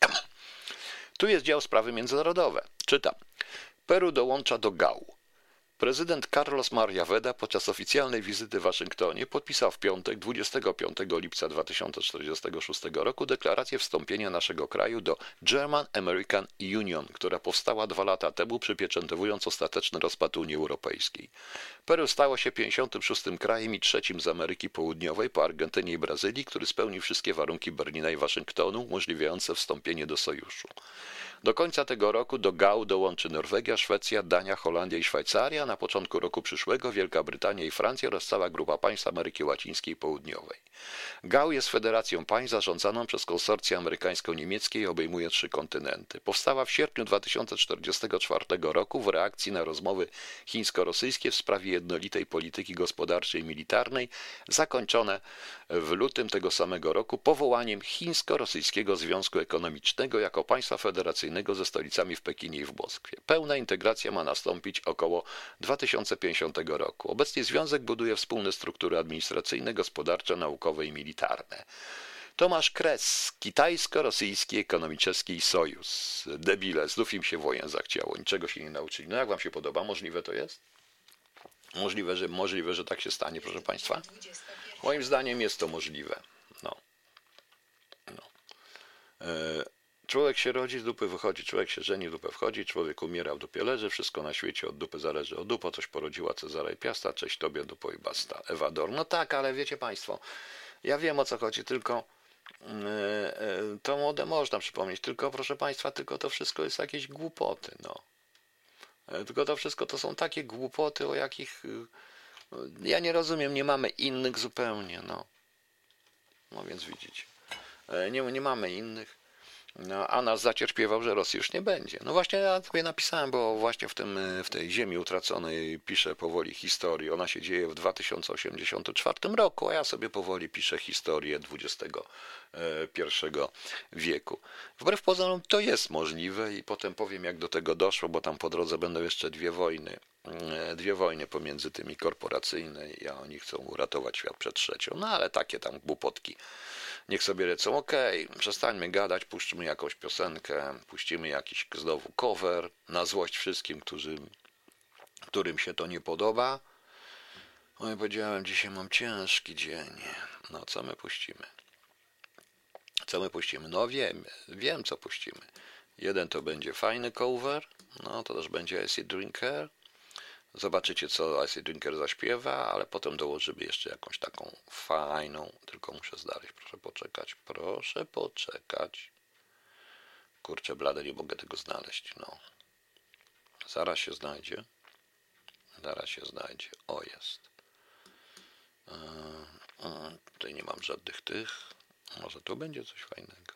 Tu jest dział sprawy międzynarodowe. Czytam. Peru dołącza do G A U. Prezydent Carlos Maria Veda podczas oficjalnej wizyty w Waszyngtonie podpisał w piątek, dwudziestego piątego lipca dwa tysiące czterdziestego szóstego roku deklarację wstąpienia naszego kraju do German American Union, która powstała dwa lata temu, przypieczętowując ostateczny rozpad Unii Europejskiej. Peru stało się pięćdziesiątym szóstym krajem i trzecim z Ameryki Południowej po Argentynie i Brazylii, który spełnił wszystkie warunki Berlina i Waszyngtonu umożliwiające wstąpienie do sojuszu. Do końca tego roku do G A U dołączy Norwegia, Szwecja, Dania, Holandia i Szwajcaria, a na początku roku przyszłego Wielka Brytania i Francja oraz cała grupa państw Ameryki Łacińskiej i Południowej. G A U jest federacją państw zarządzaną przez konsorcję amerykańsko-niemieckie i obejmuje trzy kontynenty. Powstała w sierpniu dwa tysiące czterdziestego czwartego roku w reakcji na rozmowy chińsko-rosyjskie w sprawie jednolitej polityki gospodarczej i militarnej, zakończone w lutym tego samego roku powołaniem Chińsko-Rosyjskiego Związku Ekonomicznego jako państwa federacyjnego ze stolicami w Pekinie i w Moskwie. Pełna integracja ma nastąpić około dwa tysiące pięćdziesiątego roku. Obecnie związek buduje wspólne struktury administracyjne, gospodarcze, naukowe i militarne. Tomasz Kres, Kitajsko-Rosyjski Ekonomiczny Sojusz. Debile, znów im się wojen zachciało, niczego się nie nauczyli. No jak wam się podoba? Możliwe to jest? Możliwe, że, możliwe, że tak się stanie, proszę państwa? Moim zdaniem jest to możliwe. No. No. E Człowiek się rodzi, z dupy wychodzi, człowiek się żeni, w dupę wchodzi, człowiek umiera, w dupie leży, wszystko na świecie od dupy zależy od dupo, coś porodziła Cezara i Piasta, cześć tobie, dupo i basta. Ewa Dorn. No tak, ale wiecie państwo, ja wiem o co chodzi, tylko yy, yy, to młode można przypomnieć, tylko proszę państwa, tylko to wszystko jest jakieś głupoty, no. Yy, tylko to wszystko to są takie głupoty, o jakich yy, ja nie rozumiem, nie mamy innych zupełnie, no. No więc widzicie, yy, nie, nie mamy innych. No, a nas zacierpiewał, że Rosji już nie będzie. No właśnie ja sobie napisałem, bo właśnie w, tym, w tej ziemi utraconej piszę powoli historię. Ona się dzieje w dwa tysiące osiemdziesiątym czwartym roku, a ja sobie powoli piszę historię dwudziestego pierwszego wieku. Wbrew pozorom to jest możliwe i potem powiem, jak do tego doszło, bo tam po drodze będą jeszcze dwie wojny. Dwie wojny pomiędzy tymi korporacyjne i oni chcą uratować świat przed trzecią. No ale takie tam głupotki. Niech sobie lecą, okej, okay, przestańmy gadać, puśćmy jakąś piosenkę, puścimy jakiś znowu cover na złość wszystkim, którzy, którym się to nie podoba. No i powiedziałem, dzisiaj mam ciężki dzień. No co my puścimy? Co my puścimy? No wiem, wiem co puścimy. Jeden to będzie fajny cover, no to też będzie Acid Drinker. Zobaczycie, co Acid Drinker zaśpiewa, ale potem dołożymy jeszcze jakąś taką fajną, tylko muszę znaleźć, proszę poczekać, proszę poczekać. Kurczę blade, nie mogę tego znaleźć, no. Zaraz się znajdzie. Zaraz się znajdzie. O, jest. Yy, yy, tutaj nie mam żadnych tych. Może tu będzie coś fajnego.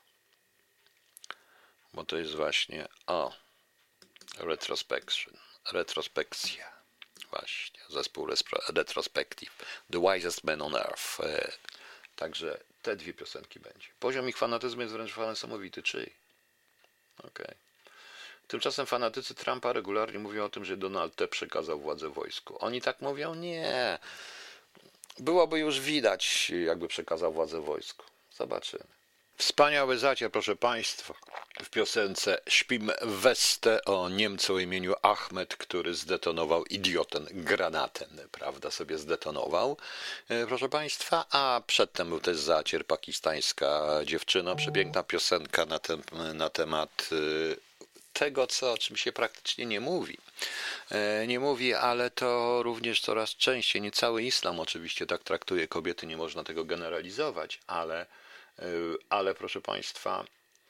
Bo to jest właśnie, o, retrospection, retrospekcja. Właśnie, zespół Retrospective, The Wisest Man on Earth. Także te dwie piosenki będzie. Poziom ich fanatyzmu jest wręcz niesamowity. Czyj? Okej. Okay. Tymczasem fanatycy Trumpa regularnie mówią o tym, że Donald T. przekazał władzę wojsku. Oni tak mówią? Nie. Byłoby już widać, jakby przekazał władzę wojsku. Zobaczymy. Wspaniały zacier, proszę państwa. w piosence Śpim Westę o Niemcu o imieniu Ahmed, który zdetonował idioten granatem, prawda, sobie zdetonował, proszę Państwa, a przedtem był też Zacier, pakistańska dziewczyna, przepiękna piosenka na, tem, na temat tego, co, o czym się praktycznie nie mówi. Nie mówi, ale to również coraz częściej, nie cały islam oczywiście tak traktuje kobiety, nie można tego generalizować, ale, ale proszę Państwa,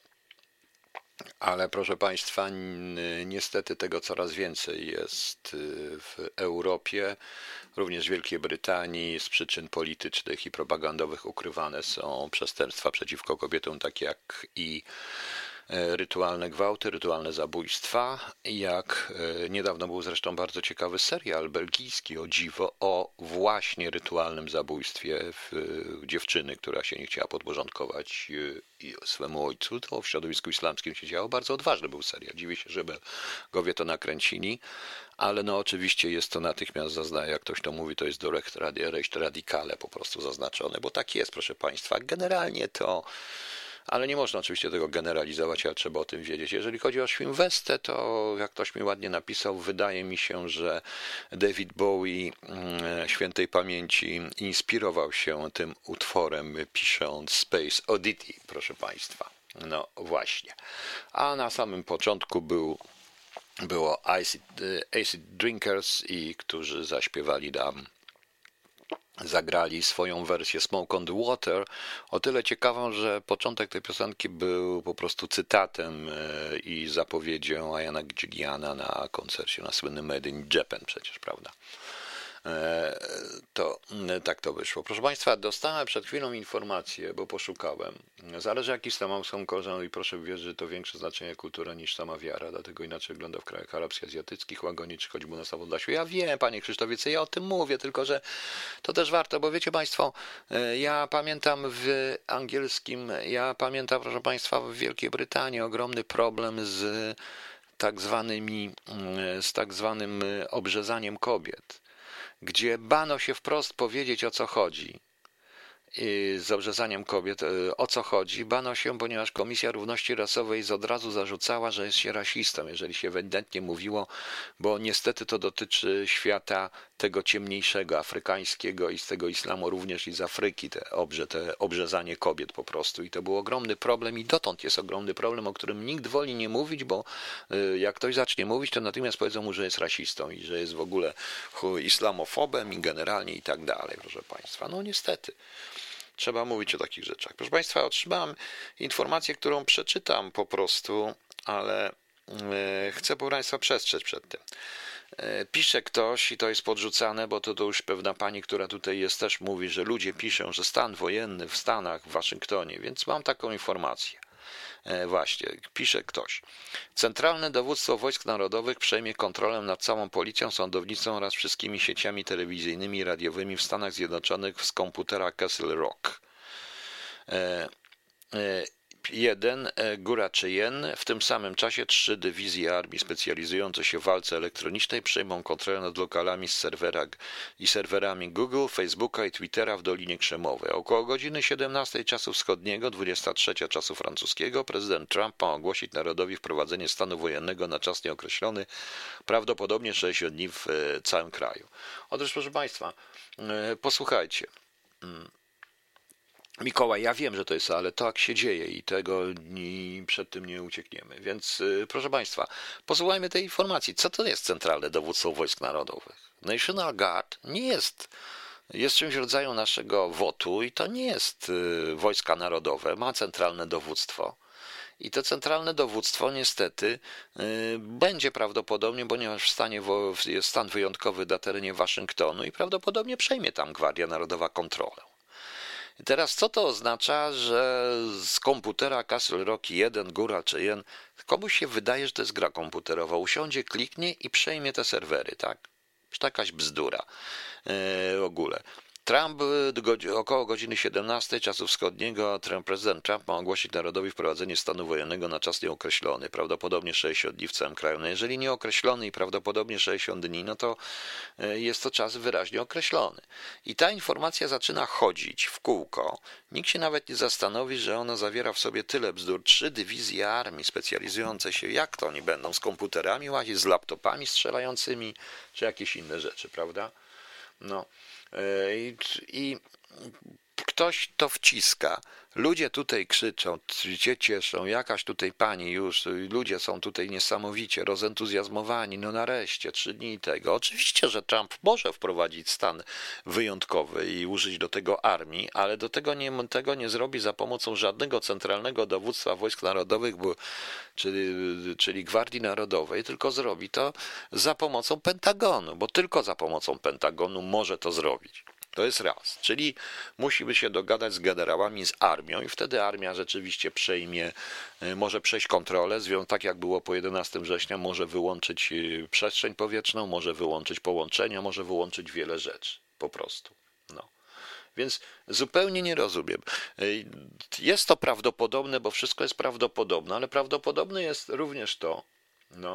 Ale proszę Państwa, niestety tego coraz więcej jest w Europie, również w Wielkiej Brytanii z przyczyn politycznych i propagandowych ukrywane są przestępstwa przeciwko kobietom, takie jak i rytualne gwałty, rytualne zabójstwa, jak niedawno był zresztą bardzo ciekawy serial belgijski, o dziwo, o właśnie rytualnym zabójstwie dziewczyny, która się nie chciała podporządkować swemu ojcu. To w środowisku islamskim się działo. Bardzo odważny był serial. Dziwię się, że Belgowie to nakręcili, ale no oczywiście jest to natychmiast zaznaczone, jak ktoś to mówi, to jest direct radicale po prostu zaznaczone, bo tak jest, proszę Państwa. Generalnie to Ale nie można oczywiście tego generalizować, ale trzeba o tym wiedzieć. Jeżeli chodzi o Śpim Westę, to jak ktoś mi ładnie napisał, wydaje mi się, że David Bowie świętej pamięci inspirował się tym utworem, pisząc Space Oddity, proszę Państwa. No właśnie. A na samym początku był, było Acid, Acid Drinkers, i którzy zaśpiewali nam zagrali swoją wersję Smoke on the Water, o tyle ciekawą, że początek tej piosenki był po prostu cytatem i zapowiedzią Iana Gilliana na koncercie, na słynnym Made in Japan przecież, prawda? To tak to wyszło. Proszę Państwa, dostałem przed chwilą informację, bo poszukałem. Zależy jaki stan są korzeń i proszę wierzyć, że to większe znaczenie kultura niż sama wiara, dlatego inaczej wygląda w krajach arabskich, azjatyckich, łagodnie czy choćby na samo dla siebie. Ja wiem, Panie Krzysztofie, co ja o tym mówię, tylko że to też warto, bo wiecie Państwo, ja pamiętam w angielskim, ja pamiętam, proszę Państwa, w Wielkiej Brytanii ogromny problem z tak zwanymi, z tak zwanym obrzezaniem kobiet, gdzie bano się wprost powiedzieć, o co chodzi. Z obrzezaniem kobiet, o co chodzi. Bano się, ponieważ Komisja Równości Rasowej od razu zarzucała, że jest się rasistą, jeżeli się ewidentnie mówiło, bo niestety to dotyczy świata tego ciemniejszego, afrykańskiego i z tego islamu również i z Afryki, te, obrze, te obrzezanie kobiet po prostu. I to był ogromny problem i dotąd jest ogromny problem, o którym nikt woli nie mówić, bo jak ktoś zacznie mówić, to natychmiast powiedzą mu, że jest rasistą i że jest w ogóle islamofobem i generalnie i tak dalej, proszę Państwa. No niestety. Trzeba mówić o takich rzeczach. Proszę Państwa, otrzymałem informację, którą przeczytam po prostu, ale chcę po Państwa przestrzec przed tym. Pisze ktoś i to jest podrzucane, bo to, to już pewna pani, która tutaj jest, też mówi, że ludzie piszą, że stan wojenny w Stanach, w Waszyngtonie, więc mam taką informację. Właśnie, pisze ktoś. Centralne Dowództwo Wojsk Narodowych przejmie kontrolę nad całą policją, sądownictwem oraz wszystkimi sieciami telewizyjnymi i radiowymi w Stanach Zjednoczonych z komputera Castle Rock. E, e, jeden Góra Cheyenne. W tym samym czasie trzy dywizje armii specjalizujące się w walce elektronicznej przejmą kontrolę nad lokalami z serwera i serwerami Google, Facebooka i Twittera w Dolinie Krzemowej. Około godziny siedemnastej czasu wschodniego, dwudziestej trzeciej czasu francuskiego, prezydent Trump ma ogłosić narodowi wprowadzenie stanu wojennego na czas nieokreślony, prawdopodobnie sześćdziesiąt dni w całym kraju. Otóż, proszę Państwa, posłuchajcie. Mikołaj, ja wiem, że to jest, ale tak się dzieje i tego i przed tym nie uciekniemy. Więc proszę Państwa, posłuchajmy tej informacji. Co to jest Centralne Dowództwo Wojsk Narodowych? National Guard nie jest, jest czymś w rodzaju naszego wotu i to nie jest wojska narodowe, ma centralne dowództwo. I to centralne dowództwo niestety będzie prawdopodobnie, ponieważ w stanie jest stan wyjątkowy na terenie Waszyngtonu i prawdopodobnie przejmie tam Gwardia Narodowa kontrolę. Teraz co to oznacza, że z komputera Castle Rock jeden, Góra Cheyenne, komuś się wydaje, że to jest gra komputerowa, usiądzie, kliknie i przejmie te serwery, tak? To jakaś bzdura yy, w ogóle. Trump około godziny siedemnastej czasu wschodniego, Trump, prezydent Trump ma ogłosić narodowi wprowadzenie stanu wojennego na czas nieokreślony, prawdopodobnie sześćdziesiąt dni w całym kraju. No jeżeli nieokreślony i prawdopodobnie sześćdziesiąt dni, no to jest to czas wyraźnie określony. I ta informacja zaczyna chodzić w kółko. Nikt się nawet nie zastanowi, że ona zawiera w sobie tyle bzdur. Trzy dywizje armii specjalizujące się, jak to oni będą z komputerami łazić, z laptopami strzelającymi, czy jakieś inne rzeczy, prawda? No. I, i ktoś to wciska. Ludzie tutaj krzyczą, się cieszą, jakaś tutaj pani już, ludzie są tutaj niesamowicie rozentuzjazmowani, no nareszcie, trzy dni tego. Oczywiście, że Trump może wprowadzić stan wyjątkowy i użyć do tego armii, ale do tego nie, tego nie zrobi za pomocą żadnego centralnego dowództwa wojsk narodowych, bo, czyli, czyli Gwardii Narodowej, tylko zrobi to za pomocą Pentagonu, bo tylko za pomocą Pentagonu może to zrobić. To jest raz, czyli musimy się dogadać z generałami, z armią i wtedy armia rzeczywiście przejmie, może przejść kontrolę, tak jak było po jedenastego września, może wyłączyć przestrzeń powietrzną, może wyłączyć połączenia, może wyłączyć wiele rzeczy, po prostu. No. Więc zupełnie nie rozumiem. Jest to prawdopodobne, bo wszystko jest prawdopodobne, ale prawdopodobne jest również to, no,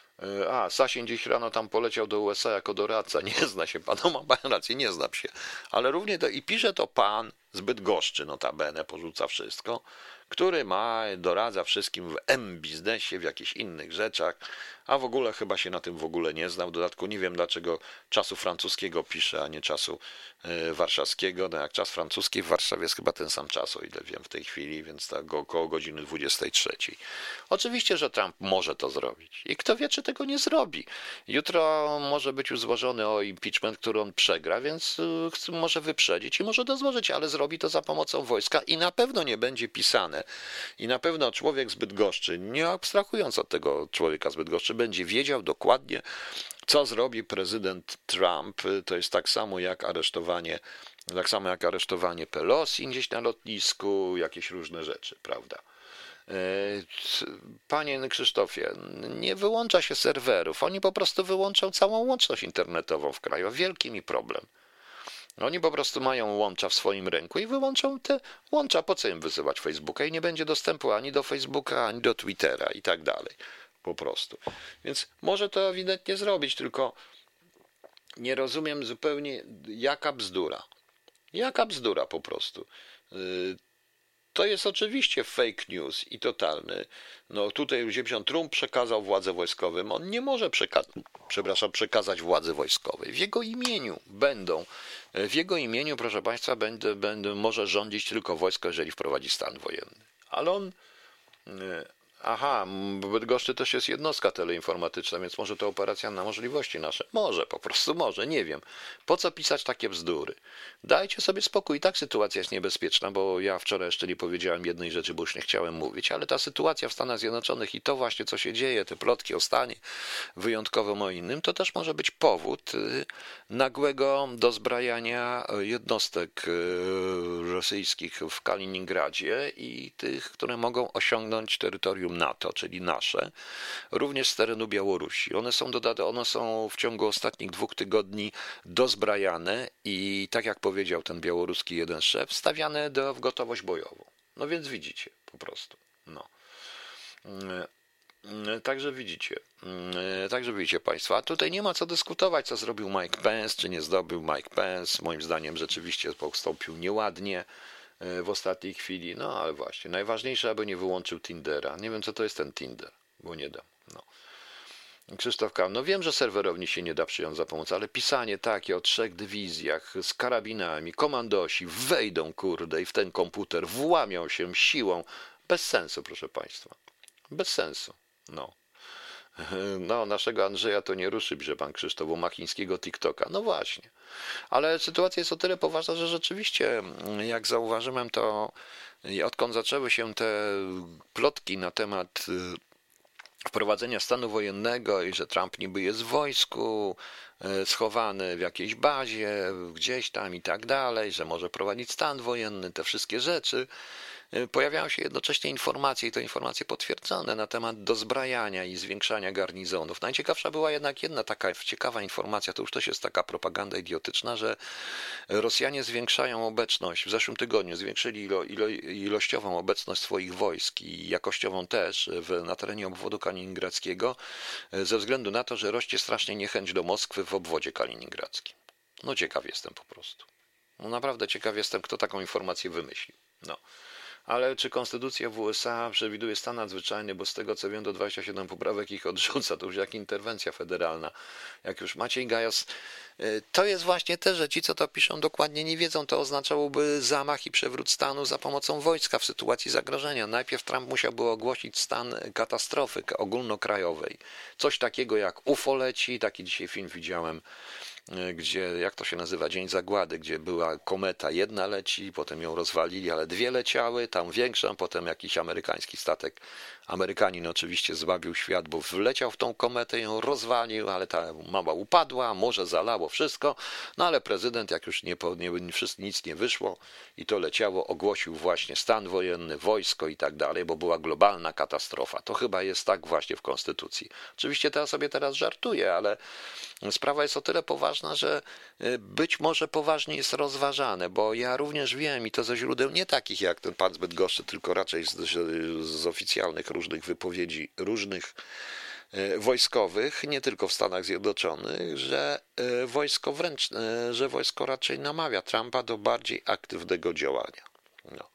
a, Sasin dziś rano tam poleciał do U S A jako doradca. Nie zna się pan, no ma pan rację, nie znam się. Ale równie to, i pisze to pan z Bydgoszczy, notabene, porzuca wszystko, który ma, doradza wszystkim w M-biznesie, w jakichś innych rzeczach, a w ogóle chyba się na tym w ogóle nie zna. W dodatku nie wiem, dlaczego czasu francuskiego pisze, a nie czasu y, warszawskiego. No jak czas francuski w Warszawie jest chyba ten sam czas, o ile wiem w tej chwili, więc tak około godziny dwudziestej trzeciej. Oczywiście, że Trump może to zrobić. I kto wie, czy tego nie zrobi. Jutro może być już złożony o impeachment, który on przegra, więc y, może wyprzedzić i może to złożyć, ale zrobi to za pomocą wojska i na pewno nie będzie pisane. I na pewno człowiek z Bydgoszczy, nie abstrahując od tego człowieka z Bydgoszczy, będzie wiedział dokładnie, co zrobi prezydent Trump. To jest tak samo jak aresztowanie, tak samo jak aresztowanie Pelosi gdzieś na lotnisku, jakieś różne rzeczy, prawda? Panie Krzysztofie, nie wyłącza się serwerów, oni po prostu wyłączą całą łączność internetową w kraju. Wielki mi problem. Oni po prostu mają łącza w swoim ręku i wyłączą te łącza. Po co im wysyłać Facebooka? I nie będzie dostępu ani do Facebooka, ani do Twittera i tak dalej. Po prostu. Więc może to ewidentnie zrobić, tylko nie rozumiem zupełnie, jaka bzdura. Jaka bzdura po prostu. To jest oczywiście fake news i totalny. No tutaj ziemniak Trump przekazał władzę wojskowym. On nie może przekazać, przepraszam, przekazać władzy wojskowej. W jego imieniu będą, w jego imieniu, proszę Państwa, będę, będę, może rządzić tylko wojsko, jeżeli wprowadzi stan wojenny. Ale on... Aha, w Bydgoszczy też jest jednostka teleinformatyczna, więc może to operacja na możliwości nasze. Może, po prostu może, nie wiem. Po co pisać takie bzdury? Dajcie sobie spokój, i tak sytuacja jest niebezpieczna, bo ja wczoraj jeszcze nie powiedziałem jednej rzeczy, bo już nie chciałem mówić, ale ta sytuacja w Stanach Zjednoczonych i to właśnie, co się dzieje, te plotki o stanie wyjątkowym o innym, to też może być powód nagłego dozbrajania jednostek rosyjskich w Kaliningradzie i tych, które mogą osiągnąć terytorium NATO, czyli nasze, również z terenu Białorusi. One są, dodane, one są w ciągu ostatnich dwóch tygodni dozbrajane i tak jak powiedział ten białoruski jeden szef, stawiane do, w gotowość bojową. No więc widzicie, po prostu. No. Także widzicie, także widzicie Państwo, a tutaj nie ma co dyskutować, co zrobił Mike Pence, czy nie zdobył Mike Pence. Moim zdaniem rzeczywiście postąpił nieładnie w ostatniej chwili, no ale właśnie, najważniejsze, aby nie wyłączył Tindera. Nie wiem, co to jest ten Tinder, bo nie dam. No. Krzysztof K. No wiem, że serwerowni się nie da przyjąć za pomocą, ale pisanie takie o trzech dywizjach z karabinami, komandosi wejdą, kurde, i w ten komputer włamią się siłą. Bez sensu, proszę Państwa. Bez sensu. No. No, naszego Andrzeja to nie ruszy, że pan Krzysztof, bo ma chińskiego TikToka. No właśnie. Ale sytuacja jest o tyle poważna, że rzeczywiście, jak zauważyłem, to odkąd zaczęły się te plotki na temat wprowadzenia stanu wojennego i że Trump niby jest w wojsku, schowany w jakiejś bazie, gdzieś tam i tak dalej, że może prowadzić stan wojenny, te wszystkie rzeczy, pojawiają się jednocześnie informacje, i to informacje potwierdzone, na temat dozbrajania i zwiększania garnizonów. Najciekawsza była jednak jedna taka ciekawa informacja, to już też jest taka propaganda idiotyczna, że Rosjanie zwiększają obecność, w zeszłym tygodniu zwiększyli ilo, ilo, ilościową obecność swoich wojsk i jakościową też w, na terenie obwodu kaliningradzkiego, ze względu na to, że rośnie strasznie niechęć do Moskwy w obwodzie kaliningradzkim. No ciekaw jestem po prostu. No naprawdę ciekaw jestem, kto taką informację wymyślił. No. Ale czy konstytucja w U S A przewiduje stan nadzwyczajny, bo z tego co wiem, do dwudziestu siedmiu poprawek ich odrzuca, to już jak interwencja federalna. Jak już Maciej Gajos, to jest właśnie te, że ci, co to piszą, dokładnie nie wiedzą, to oznaczałoby zamach i przewrót stanu za pomocą wojska w sytuacji zagrożenia. Najpierw Trump musiałby ogłosić stan katastrofy ogólnokrajowej. Coś takiego jak U F O leci, taki dzisiaj film widziałem, gdzie, jak to się nazywa, Dzień Zagłady, gdzie była kometa, jedna leci, potem ją rozwalili, ale dwie leciały, tam większa, potem jakiś amerykański statek, Amerykanin oczywiście zbawił świat, bo wleciał w tą kometę, ją rozwalił, ale ta mała upadła, morze zalało wszystko, no ale prezydent, jak już nie, nie, nic nie wyszło i to leciało, ogłosił właśnie stan wojenny, wojsko i tak dalej, bo była globalna katastrofa. To chyba jest tak właśnie w Konstytucji. Oczywiście to ja sobie teraz żartuję, ale sprawa jest o tyle poważna, że być może poważnie jest rozważane, bo ja również wiem i to ze źródeł nie takich jak ten pan z Bydgoszczy, tylko raczej z, z oficjalnych różnych wypowiedzi różnych wojskowych, nie tylko w Stanach Zjednoczonych, że wojsko wręcz, że wojsko raczej namawia Trumpa do bardziej aktywnego działania. No.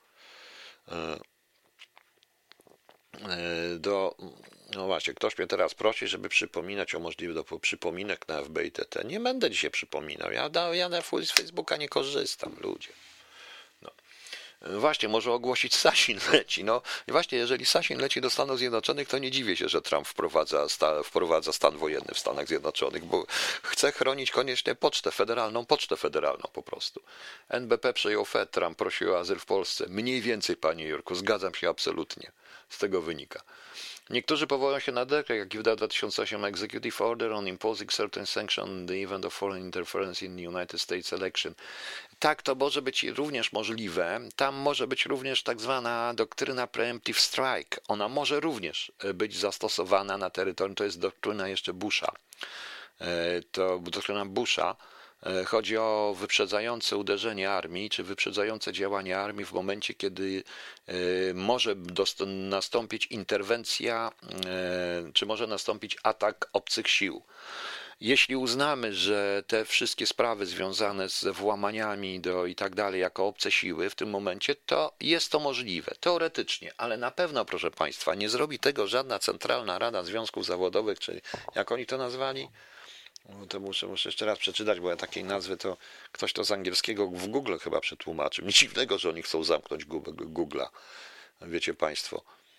Do, no właśnie, ktoś mnie teraz prosi, żeby przypominać o możliwych do przypominek na F B I T T. Nie będę dzisiaj przypominał. Ja, ja na Facebooka nie korzystam, ludzie. No. Właśnie, może ogłosić Sasin leci. No i właśnie, jeżeli Sasin leci do Stanów Zjednoczonych, to nie dziwię się, że Trump wprowadza, sta, wprowadza stan wojenny w Stanach Zjednoczonych, bo chce chronić koniecznie pocztę federalną, pocztę federalną po prostu. N B P przejął Fed, Trump prosił o azyl w Polsce. Mniej więcej, panie Jurku, zgadzam się absolutnie. Z tego wynika. Niektórzy powołują się na dekret, jaki wydał dwa tysiące ósmy Executive Order on imposing certain sanctions in the event of foreign interference in the United States election. Tak, to może być również możliwe. Tam może być również tak zwana doktryna preemptive strike. Ona może również być zastosowana na terytorium. To jest doktryna jeszcze Busha. To doktryna Busha. Chodzi o wyprzedzające uderzenie armii, czy wyprzedzające działanie armii w momencie, kiedy może nastąpić interwencja, czy może nastąpić atak obcych sił. Jeśli uznamy, że te wszystkie sprawy związane z włamaniami do i tak dalej jako obce siły w tym momencie, to jest to możliwe, teoretycznie, ale na pewno, proszę Państwa, nie zrobi tego żadna Centralna Rada Związków Zawodowych, czy jak oni to nazwali? To muszę, muszę jeszcze raz przeczytać, bo ja takiej nazwy to ktoś to z angielskiego w Google chyba przetłumaczył. Nic dziwnego, że oni chcą zamknąć Google'a. Wiecie Państwo.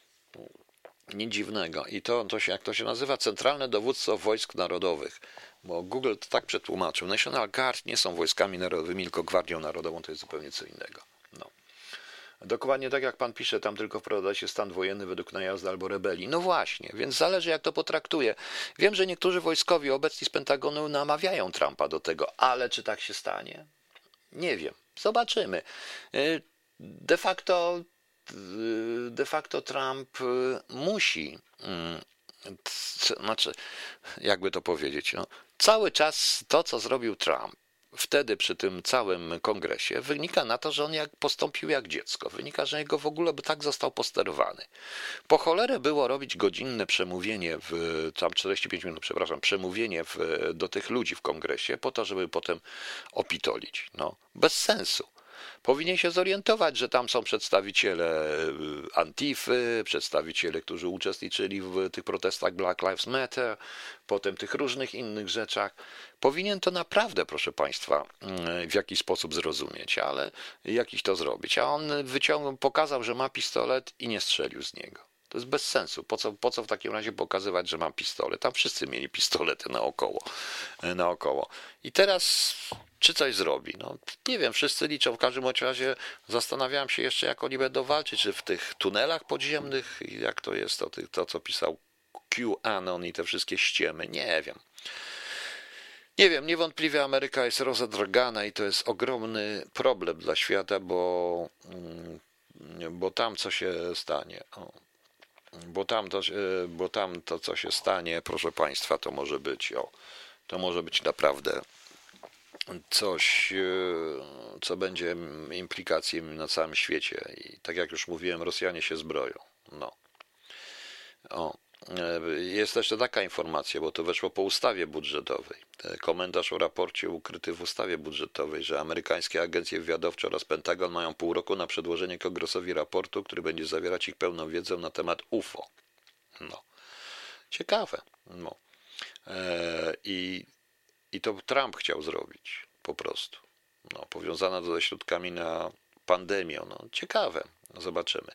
Nic dziwnego. I to, to się, jak to się nazywa? Centralne Dowództwo Wojsk Narodowych. Bo Google to tak przetłumaczył. National Guard nie są wojskami narodowymi, tylko Gwardią Narodową, to jest zupełnie co innego. No. Dokładnie tak jak pan pisze, tam tylko wprowadza się stan wojenny według najazdu albo rebelii. No właśnie, więc zależy jak to potraktuje. Wiem, że niektórzy wojskowi obecni z Pentagonu namawiają Trumpa do tego, ale czy tak się stanie? Nie wiem. Zobaczymy. De facto, de facto Trump musi, znaczy, jakby to powiedzieć, no, cały czas to, co zrobił Trump, wtedy przy tym całym kongresie wynika na to, że on jak postąpił jak dziecko. Wynika, że jego w ogóle by tak został posterowany. Po cholerę było robić godzinne przemówienie, w, tam czterdzieści pięć minut, przepraszam, przemówienie w, do tych ludzi w kongresie po to, żeby potem opitolić. No, bez sensu. Powinien się zorientować, że tam są przedstawiciele Antify, przedstawiciele, którzy uczestniczyli w tych protestach Black Lives Matter, potem tych różnych innych rzeczach. Powinien to naprawdę, proszę Państwa, w jakiś sposób zrozumieć, ale jakiś to zrobić. A on wyciągnął, pokazał, że ma pistolet i nie strzelił z niego. To jest bez sensu. Po co, po co w takim razie pokazywać, że mam pistolet? Tam wszyscy mieli pistolety naokoło. naokoło. I teraz czy coś zrobi? No, nie wiem, wszyscy liczą. W każdym razie zastanawiałem się jeszcze, jak oni będą walczyć, czy w tych tunelach podziemnych, jak to jest, to, to co pisał QAnon i te wszystkie ściemy. Nie wiem. Nie wiem, niewątpliwie Ameryka jest rozedragana i to jest ogromny problem dla świata, bo bo tam co się stanie. O. Bo tam, to, bo tam to, co się stanie, proszę Państwa, to może być, o, to może być naprawdę coś, co będzie implikacją na całym świecie. I tak jak już mówiłem, Rosjanie się zbroją. No. O. Jest jeszcze taka informacja, bo to weszło po ustawie budżetowej. Komentarz o raporcie ukryty w ustawie budżetowej, że amerykańskie agencje wywiadowcze oraz Pentagon mają pół roku na przedłożenie Kongresowi raportu, który będzie zawierać ich pełną wiedzę na temat U F O. No. Ciekawe. No. I, I to Trump chciał zrobić po prostu. No, powiązane to ze środkami na pandemię. No, ciekawe. No, zobaczymy.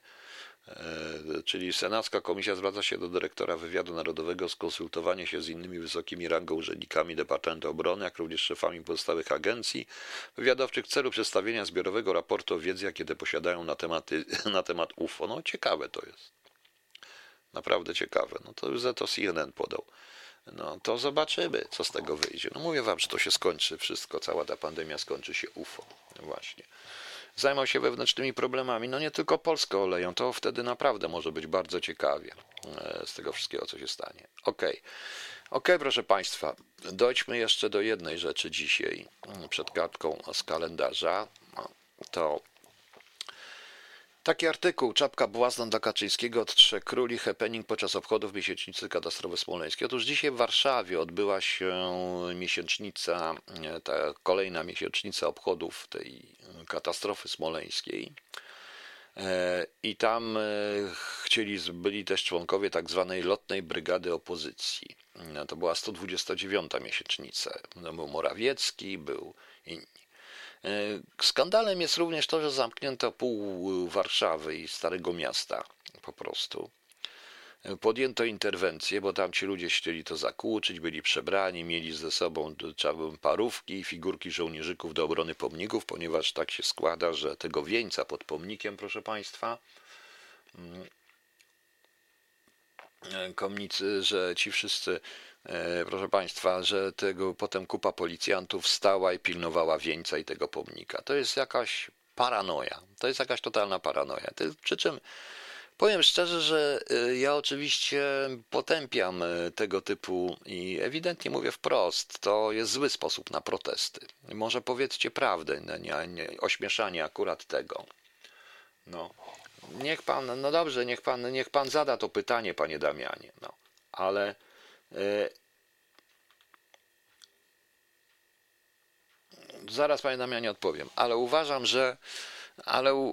Czyli Senacka Komisja zwraca się do dyrektora Wywiadu Narodowego o skonsultowanie się z innymi wysokimi rangą urzędnikami Departamentu Obrony, jak również szefami pozostałych agencji wywiadowczych w celu przedstawienia zbiorowego raportu o wiedzy, jakie te posiadają na, tematy, na temat U F O. No ciekawe to jest. Naprawdę ciekawe. No to już za to C N N podał. No to zobaczymy, co z tego wyjdzie. No mówię wam, że to się skończy wszystko, cała ta pandemia skończy się U F O. No właśnie. Zajmą się wewnętrznymi problemami. No nie tylko Polskę oleją, to wtedy naprawdę może być bardzo ciekawie z tego wszystkiego, co się stanie. Okej, okay. okej, okay, proszę Państwa, dojdźmy jeszcze do jednej rzeczy dzisiaj, przed kartką z kalendarza. To taki artykuł, czapka błazna dla Kaczyńskiego od Trzech Króli, happening podczas obchodów miesięcznicy katastrofy smoleńskiej. Otóż dzisiaj w Warszawie odbyła się miesięcznica, ta kolejna miesięcznica obchodów tej katastrofy smoleńskiej. I tam chcieli, byli też członkowie tak zwanej lotnej brygady opozycji. To była sto dwudziesta dziewiąta miesięcznica. Był Morawiecki, był inni. Skandalem jest również to, że zamknięto pół Warszawy i Starego Miasta po prostu. Podjęto interwencję, bo tam ci ludzie chcieli to zakłócić, byli przebrani, mieli ze sobą parówki i figurki żołnierzyków do obrony pomników, ponieważ tak się składa, że tego wieńca pod pomnikiem, proszę Państwa, komnicy, że ci wszyscy, proszę Państwa, że tego potem kupa policjantów stała i pilnowała wieńca i tego pomnika. To jest jakaś paranoja. To jest jakaś totalna paranoja. To, przy czym powiem szczerze, że ja oczywiście potępiam tego typu i ewidentnie mówię wprost, to jest zły sposób na protesty. Może powiedzcie prawdę, nie, nie ośmieszanie akurat tego. No. Niech pan, no dobrze, niech pan, niech pan zada to pytanie, panie Damianie, no, ale yy, zaraz, panie Damianie, odpowiem, ale uważam, że, ale,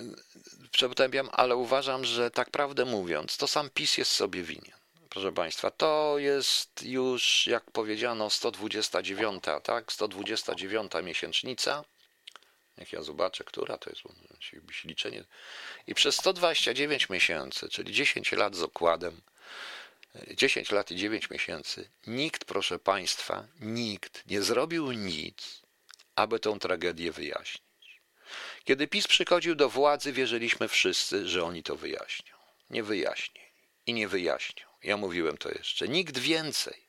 yy, potępiam, ale uważam, że tak prawdę mówiąc, to sam PiS jest sobie winien, proszę państwa, to jest już, jak powiedziano, sto dwudziesta dziewiąta, tak, sto dwudziesta dziewiąta miesięcznica. Niech ja zobaczę, która to jest liczenie. I przez sto dwadzieścia dziewięć miesięcy, czyli dziesięć lat z okładem, dziesięć lat i dziewięć miesięcy, nikt, proszę Państwa, nikt nie zrobił nic, aby tą tragedię wyjaśnić. Kiedy PiS przychodził do władzy, wierzyliśmy wszyscy, że oni to wyjaśnią. Nie wyjaśnili i nie wyjaśnią. Ja mówiłem to jeszcze. Nikt więcej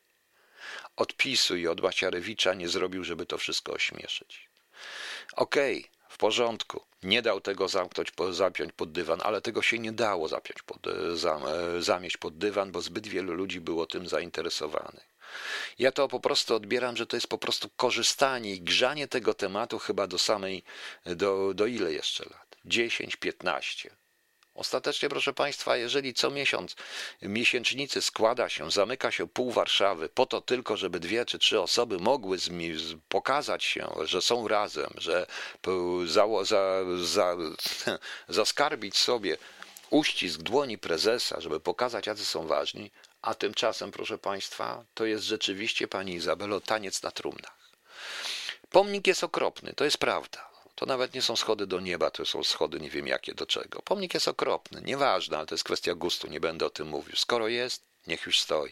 od PiSu i od Macierewicza nie zrobił, żeby to wszystko ośmieszyć. Okej, okay, w porządku, nie dał tego zamknąć, zapiąć pod dywan, ale tego się nie dało zapiąć pod, zam, zamieść pod dywan, bo zbyt wielu ludzi było tym zainteresowanych. Ja to po prostu odbieram, że to jest po prostu korzystanie i grzanie tego tematu chyba do samej, do, do ile jeszcze lat? dziesięć, piętnaście. Ostatecznie, proszę Państwa, jeżeli co miesiąc miesięcznicy składa się, zamyka się pół Warszawy po to tylko, żeby dwie czy trzy osoby mogły z, pokazać się, że są razem, że za, za, za, zaskarbić sobie uścisk dłoni prezesa, żeby pokazać, jacy są ważni, a tymczasem, proszę Państwa, to jest rzeczywiście, Pani Izabelo, taniec na trumnach. Pomnik jest okropny, to jest prawda. To nawet nie są schody do nieba, to są schody nie wiem jakie, do czego. Pomnik jest okropny, nieważne, ale to jest kwestia gustu, nie będę o tym mówił. Skoro jest, niech już stoi.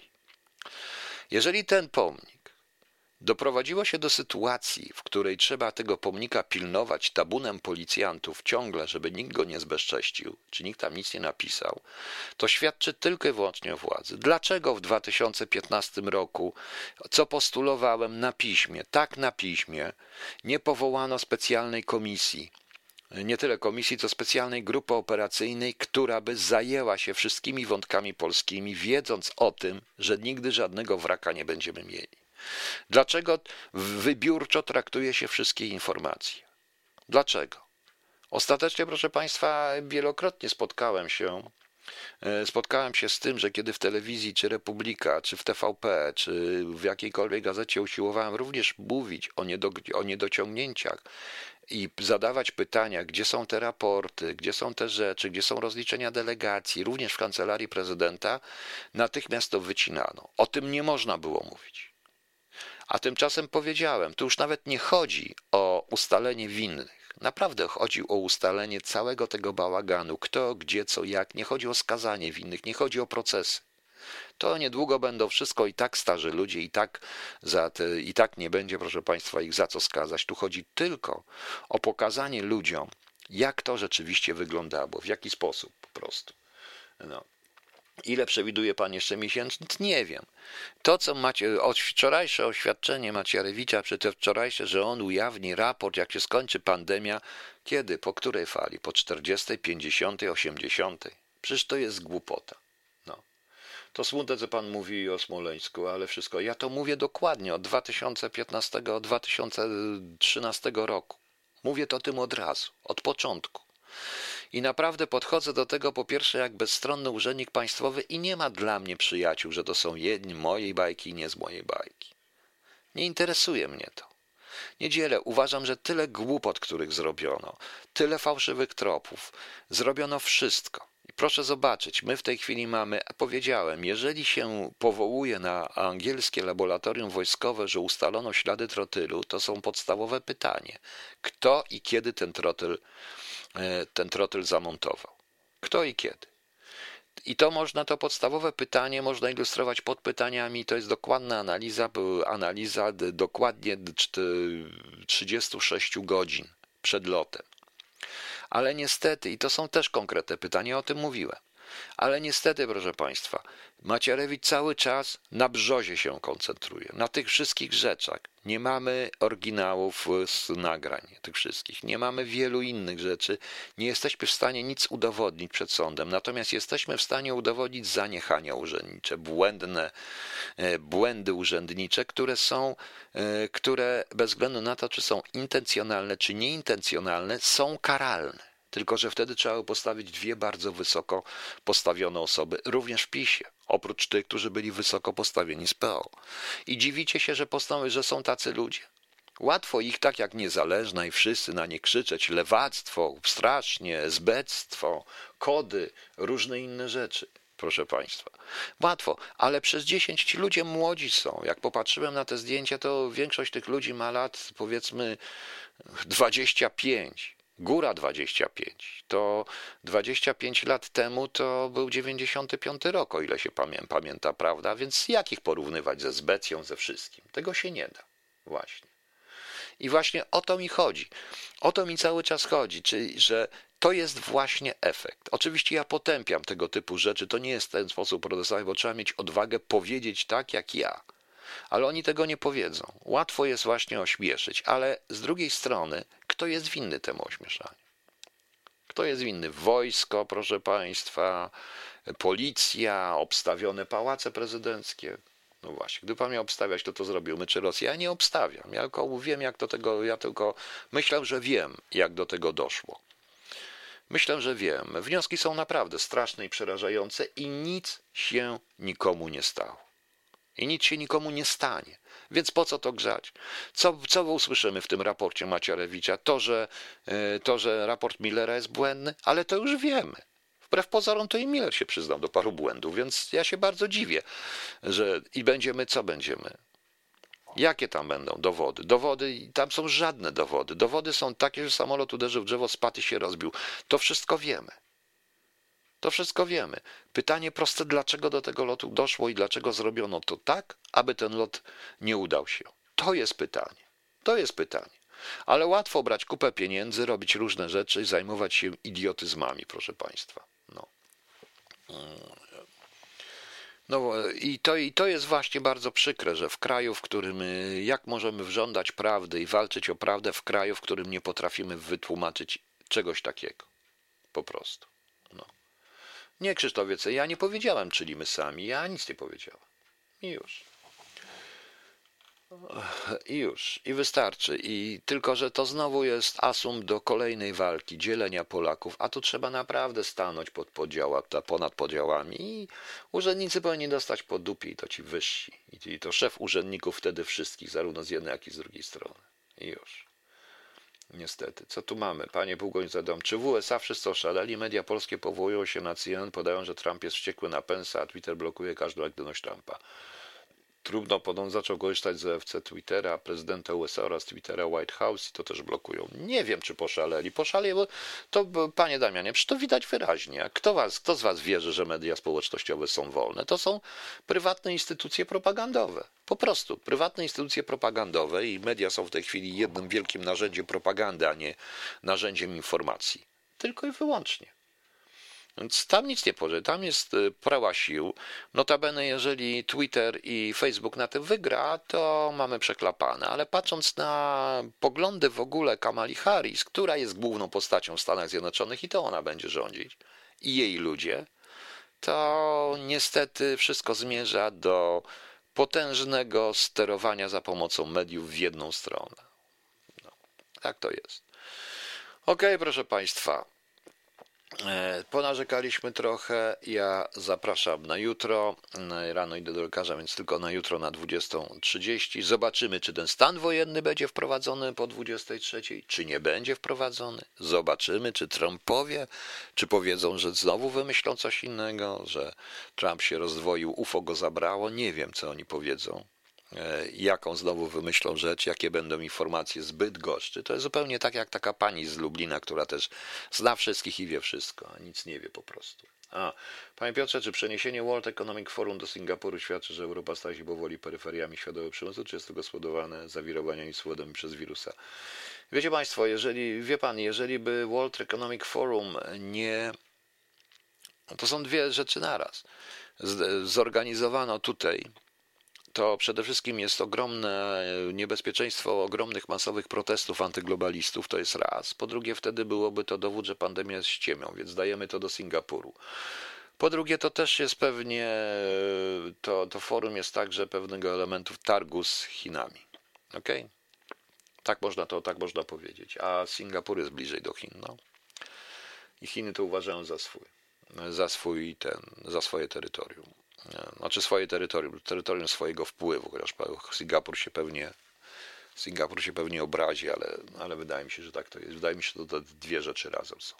Jeżeli ten pomnik doprowadziło się do sytuacji, w której trzeba tego pomnika pilnować tabunem policjantów ciągle, żeby nikt go nie zbezcześcił, czy nikt tam nic nie napisał, to świadczy tylko i wyłącznie o władzy. Dlaczego w dwa tysiące piętnastym roku, co postulowałem na piśmie, tak na piśmie, nie powołano specjalnej komisji nie tyle komisji, co specjalnej grupy operacyjnej, która by zajęła się wszystkimi wątkami polskimi, wiedząc o tym, że nigdy żadnego wraka nie będziemy mieli. Dlaczego wybiórczo traktuje się wszystkie informacje? Dlaczego? Ostatecznie, proszę Państwa, wielokrotnie spotkałem się Spotkałem się z tym, że kiedy w telewizji, czy Republika, czy w T V P, czy w jakiejkolwiek gazecie usiłowałem również mówić o, niedo, o niedociągnięciach i zadawać pytania, gdzie są te raporty, gdzie są te rzeczy, gdzie są rozliczenia delegacji, również w kancelarii prezydenta, natychmiast to wycinano. O tym nie można było mówić. A tymczasem powiedziałem, tu już nawet nie chodzi o ustalenie winnych. Naprawdę chodzi o ustalenie całego tego bałaganu, kto, gdzie, co, jak. Nie chodzi o skazanie winnych, nie chodzi o procesy. To niedługo będą wszystko i tak starzy ludzie, i tak, za te, i tak nie będzie, proszę Państwa, ich za co skazać. Tu chodzi tylko o pokazanie ludziom, jak to rzeczywiście wyglądało, w jaki sposób po prostu. No. Ile przewiduje Pan jeszcze miesięcy? Nie wiem. To, co macie, od wczorajsze oświadczenie Macierewicza, czy te wczorajsze, że on ujawni raport, jak się skończy pandemia, kiedy, po której fali? Po czterdziestej, pięćdziesiątej, osiemdziesiątej? Przecież to jest głupota. No. To smutne, co Pan mówi o Smoleńsku, ale wszystko. Ja to mówię dokładnie od dwa tysiące piętnastego, od dwa tysiące trzynastego roku. Mówię to o tym od razu, od początku. I naprawdę podchodzę do tego po pierwsze jak bezstronny urzędnik państwowy i nie ma dla mnie przyjaciół, że to są jedni mojej bajki i nie z mojej bajki. Nie interesuje mnie to. Niedzielę uważam, że tyle głupot, których zrobiono, tyle fałszywych tropów, zrobiono wszystko. I proszę zobaczyć, my w tej chwili mamy, powiedziałem, jeżeli się powołuje na angielskie laboratorium wojskowe, że ustalono ślady trotylu, to są podstawowe pytanie. Kto i kiedy ten trotyl ten trotyl zamontował. Kto i kiedy? I to można, to podstawowe pytanie można ilustrować podpytaniami, to jest dokładna analiza, analiza dokładnie trzydzieści sześć godzin przed lotem. Ale niestety, i to są też konkretne pytania, o tym mówiłem, ale niestety, proszę Państwa, Macierewicz cały czas na brzozie się koncentruje, na tych wszystkich rzeczach. Nie mamy oryginałów z nagrań tych wszystkich, nie mamy wielu innych rzeczy, nie jesteśmy w stanie nic udowodnić przed sądem, natomiast jesteśmy w stanie udowodnić zaniechania urzędnicze, błędne błędy urzędnicze, które są, które bez względu na to, czy są intencjonalne, czy nieintencjonalne, są karalne. Tylko że wtedy trzeba postawić dwie bardzo wysoko postawione osoby, również w PiSie, oprócz tych, którzy byli wysoko postawieni z P O. I dziwicie się, że, postanowi, że są tacy ludzie. Łatwo ich, tak jak Niezależna i wszyscy na nie krzyczeć, lewactwo, strasznie, zbectwo, kody, różne inne rzeczy. Proszę Państwa, łatwo, ale przez dziesięć ci ludzie młodzi są. Jak popatrzyłem na te zdjęcia, to większość tych ludzi ma lat, powiedzmy, dwadzieścia pięć. Góra dwadzieścia pięć. To dwadzieścia pięć lat temu to był dziewięćdziesiąty piąty rok, o ile się pamię- pamięta, prawda? Więc jak ich porównywać ze Zbecją, ze wszystkim? Tego się nie da. Właśnie. I właśnie o to mi chodzi. O to mi cały czas chodzi, czyli że to jest właśnie efekt. Oczywiście ja potępiam tego typu rzeczy, to nie jest ten sposób protestować, bo trzeba mieć odwagę powiedzieć tak jak ja. Ale oni tego nie powiedzą. Łatwo jest właśnie ośmieszyć, ale z drugiej strony, kto jest winny temu ośmieszaniu? Kto jest winny? Wojsko, proszę Państwa, policja, obstawione pałace prezydenckie. No właśnie, gdyby pan miał obstawiać, to to zrobił czy Rosja. Ja nie obstawiam. Ja tylko wiem, jak do tego, ja tylko myślę, że wiem, jak do tego doszło. Myślę, że wiem. Wnioski są naprawdę straszne i przerażające i nic się nikomu nie stało. I nic się nikomu nie stanie. Więc po co to grzać? Co, co usłyszymy w tym raporcie Macierewicza? To że, to, że raport Millera jest błędny? Ale to już wiemy. Wbrew pozorom to i Miller się przyznał do paru błędów, więc ja się bardzo dziwię, że i będziemy, co będziemy? Jakie tam będą dowody? Dowody, i tam są żadne dowody. Dowody są takie, że samolot uderzył w drzewo, spadł i się rozbił. To wszystko wiemy. To wszystko wiemy. Pytanie proste, dlaczego do tego lotu doszło i dlaczego zrobiono to tak, aby ten lot nie udał się. To jest pytanie. To jest pytanie. Ale łatwo brać kupę pieniędzy, robić różne rzeczy i zajmować się idiotyzmami, proszę Państwa. No. No i to, i to jest właśnie bardzo przykre, że w kraju, w którym jak możemy żądać prawdy i walczyć o prawdę w kraju, w którym nie potrafimy wytłumaczyć czegoś takiego. Po prostu. No. Nie, Krzysztofie, co ja nie powiedziałem, czyli my sami. Ja nic nie powiedziałem. I już. I już. I wystarczy. I tylko, że to znowu jest asum do kolejnej walki, dzielenia Polaków, a tu trzeba naprawdę stanąć pod podziała, ponad podziałami i urzędnicy powinni dostać po dupie i to ci wyżsi. I to szef urzędników wtedy wszystkich, zarówno z jednej, jak i z drugiej strony. I już. Niestety. Co tu mamy? Panie Pułkownik zadam. Czy w U S A wszyscy oszaleli? Media polskie powołują się na C N N, podają, że Trump jest wściekły na Pence'a, a Twitter blokuje każdą aktywność Trumpa. Trudno, potem zaczął korzystać z O F C Twittera, prezydenta U S A oraz Twittera White House i to też blokują. Nie wiem, czy poszaleli. Poszaleli, bo to, panie Damianie, przecież to widać wyraźnie. Kto, was, kto z was wierzy, że media społecznościowe są wolne? To są prywatne instytucje propagandowe. Po prostu prywatne instytucje propagandowe i media są w tej chwili jednym wielkim narzędziem propagandy, a nie narzędziem informacji. Tylko i wyłącznie. Więc tam nic nie powie, tam jest prała sił. Notabene, jeżeli Twitter i Facebook na tym wygra, to mamy przeklapane. Ale patrząc na poglądy w ogóle Kamali Harris, która jest główną postacią w Stanach Zjednoczonych i to ona będzie rządzić, i jej ludzie, to niestety wszystko zmierza do potężnego sterowania za pomocą mediów w jedną stronę. No, tak to jest. Okej, okay, proszę Państwa. Ponarzekaliśmy trochę, ja zapraszam na jutro, rano idę do lekarza, więc tylko na jutro na dwudziestą trzydzieści. Zobaczymy, czy ten stan wojenny będzie wprowadzony po dwudziestej trzeciej, czy nie będzie wprowadzony. Zobaczymy, czy Trump powie, czy powiedzą, że znowu wymyślą coś innego, że Trump się rozdwoił, U F O go zabrało. Nie wiem, co oni powiedzą. Jaką znowu wymyślą rzecz, jakie będą informacje z Bydgoszczy. To jest zupełnie tak jak taka pani z Lublina, która też zna wszystkich i wie wszystko, a nic nie wie po prostu. A, panie Piotrze, czy przeniesienie World Economic Forum do Singapuru świadczy, że Europa staje się powoli peryferiami światowego przemysłu, czy jest tylko spowodowane zawirowaniami swobodami przez wirusa? Wiecie państwo, jeżeli, wie pan, jeżeli by World Economic Forum nie... To są dwie rzeczy naraz. Zorganizowano tutaj to przede wszystkim jest ogromne niebezpieczeństwo ogromnych masowych protestów antyglobalistów, to jest raz. Po drugie, wtedy byłoby to dowód, że pandemia jest ściemią, więc dajemy to do Singapuru. Po drugie, to też jest pewnie, to, to forum jest także pewnego elementu targu z Chinami. Okej? Okay? Tak można to, tak można powiedzieć. A Singapur jest bliżej do Chin, no. I Chiny to uważają za swój, za swój ten, za swoje terytorium. Znaczy swoje terytorium, terytorium swojego wpływu, chociaż Singapur się pewnie, Singapur się pewnie obrazi, ale, ale wydaje mi się, że tak to jest. Wydaje mi się, że to dwie rzeczy razem są.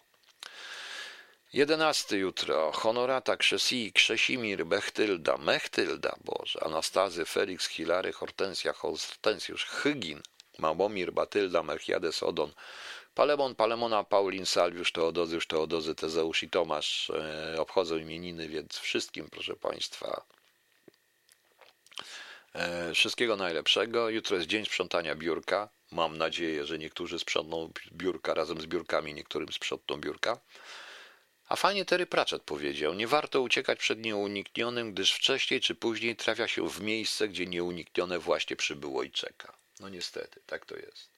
jedenasty jutro. Honorata, Krzesi, Krzesimir, Bechtylda, Mechtylda, Boże, Anastazy, Felix, Hilary, Hortensja, Hortensjusz, Hygin, Małomir, Batylda, Melchiades, Odon, Palemon, Palemona, Paulin, Salwiusz, Teodozyusz, Teodozy, Tezeusz i Tomasz e, obchodzą imieniny, więc wszystkim, proszę Państwa, e, wszystkiego najlepszego. Jutro jest dzień sprzątania biurka. Mam nadzieję, że niektórzy sprzątną biurka razem z biurkami, niektórym sprzątną biurka. A fajnie Terry Pratchett powiedział, nie warto uciekać przed nieuniknionym, gdyż wcześniej czy później trafia się w miejsce, gdzie nieuniknione właśnie przybyło i czeka. No niestety, tak to jest.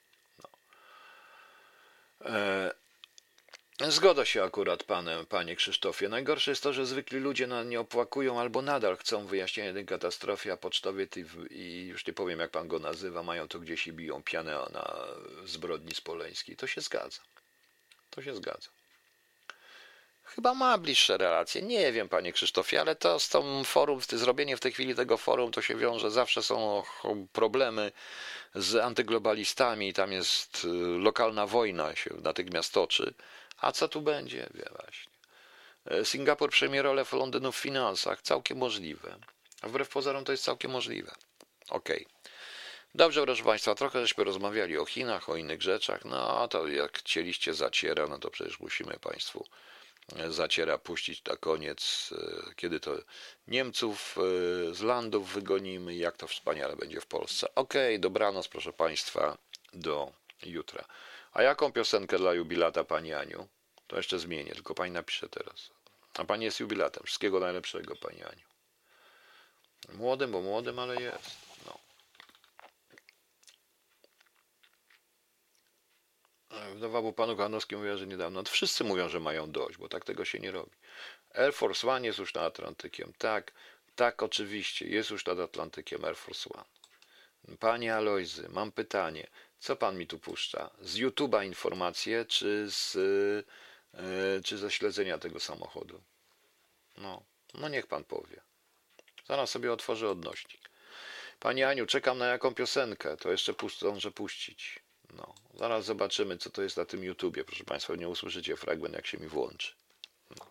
Zgodzę się akurat panem, panie Krzysztofie. Najgorsze jest to, że zwykli ludzie nie opłakują albo nadal chcą wyjaśnienia tej katastrofy, a pocztowie i już nie powiem jak pan go nazywa, mają to gdzieś i biją pianę na zbrodni spoleńskiej. To się zgadza. To się zgadza. Chyba ma bliższe relacje. Nie wiem, panie Krzysztofie, ale to z tą forum, zrobienie w tej chwili tego forum, to się wiąże, zawsze są problemy z antyglobalistami, tam jest lokalna wojna się natychmiast toczy. A co tu będzie? Wie właśnie. Singapur przejmie rolę w Londynu w finansach. Całkiem możliwe. A wbrew pozorom to jest całkiem możliwe. Okej. Okay. Dobrze, proszę Państwa, trochę żeśmy rozmawiali o Chinach, o innych rzeczach. No to jak chcieliście zaciera, no to przecież musimy Państwu zaciera puścić na koniec, kiedy to Niemców z landów wygonimy, jak to wspaniale będzie w Polsce. Okej, okay, dobranoc proszę Państwa, do jutra. A jaką piosenkę dla jubilata Pani Aniu? To jeszcze zmienię, tylko Pani napisze teraz. A Pani jest jubilatem. Wszystkiego najlepszego Pani Aniu. Młodym, bo młodym, ale jest. No. Wdowa panu Kochanowski mówiła, że niedawno. No, wszyscy mówią, że mają dość, bo tak tego się nie robi. Air Force One jest już nad Atlantykiem. Tak, tak, oczywiście, jest już nad Atlantykiem Air Force One. Panie Alojzy, mam pytanie. Co pan mi tu puszcza? Z YouTube'a informacje, czy z, yy, czy ze śledzenia tego samochodu? No, no niech pan powie. Zaraz sobie otworzę odnośnik. Pani Aniu, czekam na jaką piosenkę, to jeszcze zdążę puścić. No, zaraz zobaczymy, co to jest na tym YouTubie. Proszę państwa, nie usłyszycie fragment, jak się mi włączy. No.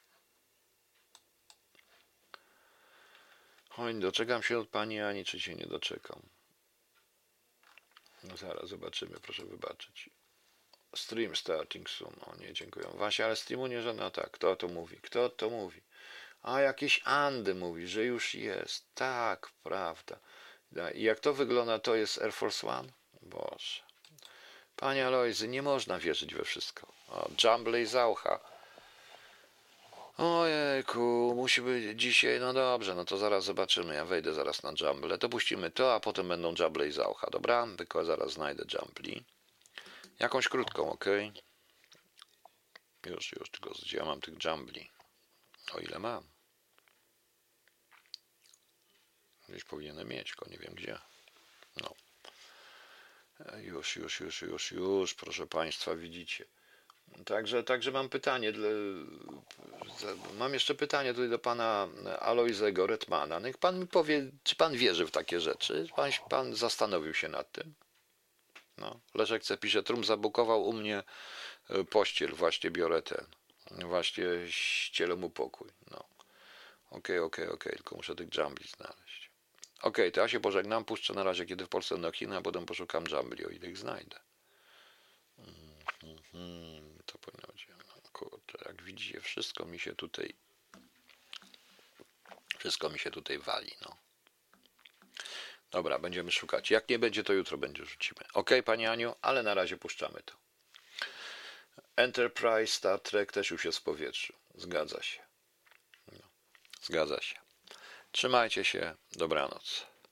Oj, doczekam się od pani Ani, czy się nie doczekam. No zaraz zobaczymy, proszę wybaczyć. Stream starting soon. O nie, dziękuję. Właśnie, ale streamu nie żadna. Tak, kto to mówi? Kto to mówi? A jakieś Andy mówi, że już jest. Tak, prawda. I jak to wygląda, to jest Air Force One? Boże. Panie Alojzy, nie można wierzyć we wszystko. O, Jumble i Zaucha. Ojejku, musi być dzisiaj, no dobrze, no to zaraz zobaczymy, ja wejdę zaraz na Jumble, to puścimy to, a potem będą Jumble i Zaucha, dobra? Tylko zaraz znajdę Jumbli. Jakąś krótką, ok? Już, już, tylko gdzie ja mam tych Jumbli? O ile mam? Gdzieś powinienem mieć, tylko nie wiem gdzie. No. Już, już, już, już, już, proszę państwa, widzicie. Także, także mam pytanie, mam jeszcze pytanie tutaj do pana Alojzego Retmana. Niech pan mi powie, czy pan wierzy w takie rzeczy? Pan, pan zastanowił się nad tym? No. Leszek C. pisze, Trump zabukował u mnie pościel, właśnie biorę ten, właśnie ścielę mu pokój. No. Okej, okej, okej, tylko muszę tych Jumbli znaleźć. Okej, to ja się pożegnam, puszczę na razie, kiedy w Polsce na Chiny, a potem poszukam Jumbli, o ile ich znajdę. Mm-hmm, to powinno być. No, kurczę, jak widzicie, wszystko mi się tutaj wszystko mi się tutaj wali, no. Dobra, będziemy szukać. Jak nie będzie, to jutro będzie rzucimy. Ok, pani Aniu, ale na razie puszczamy to. Enterprise, Star Trek też już jest w powietrzu. Zgadza się. No, zgadza się. Trzymajcie się. Dobranoc.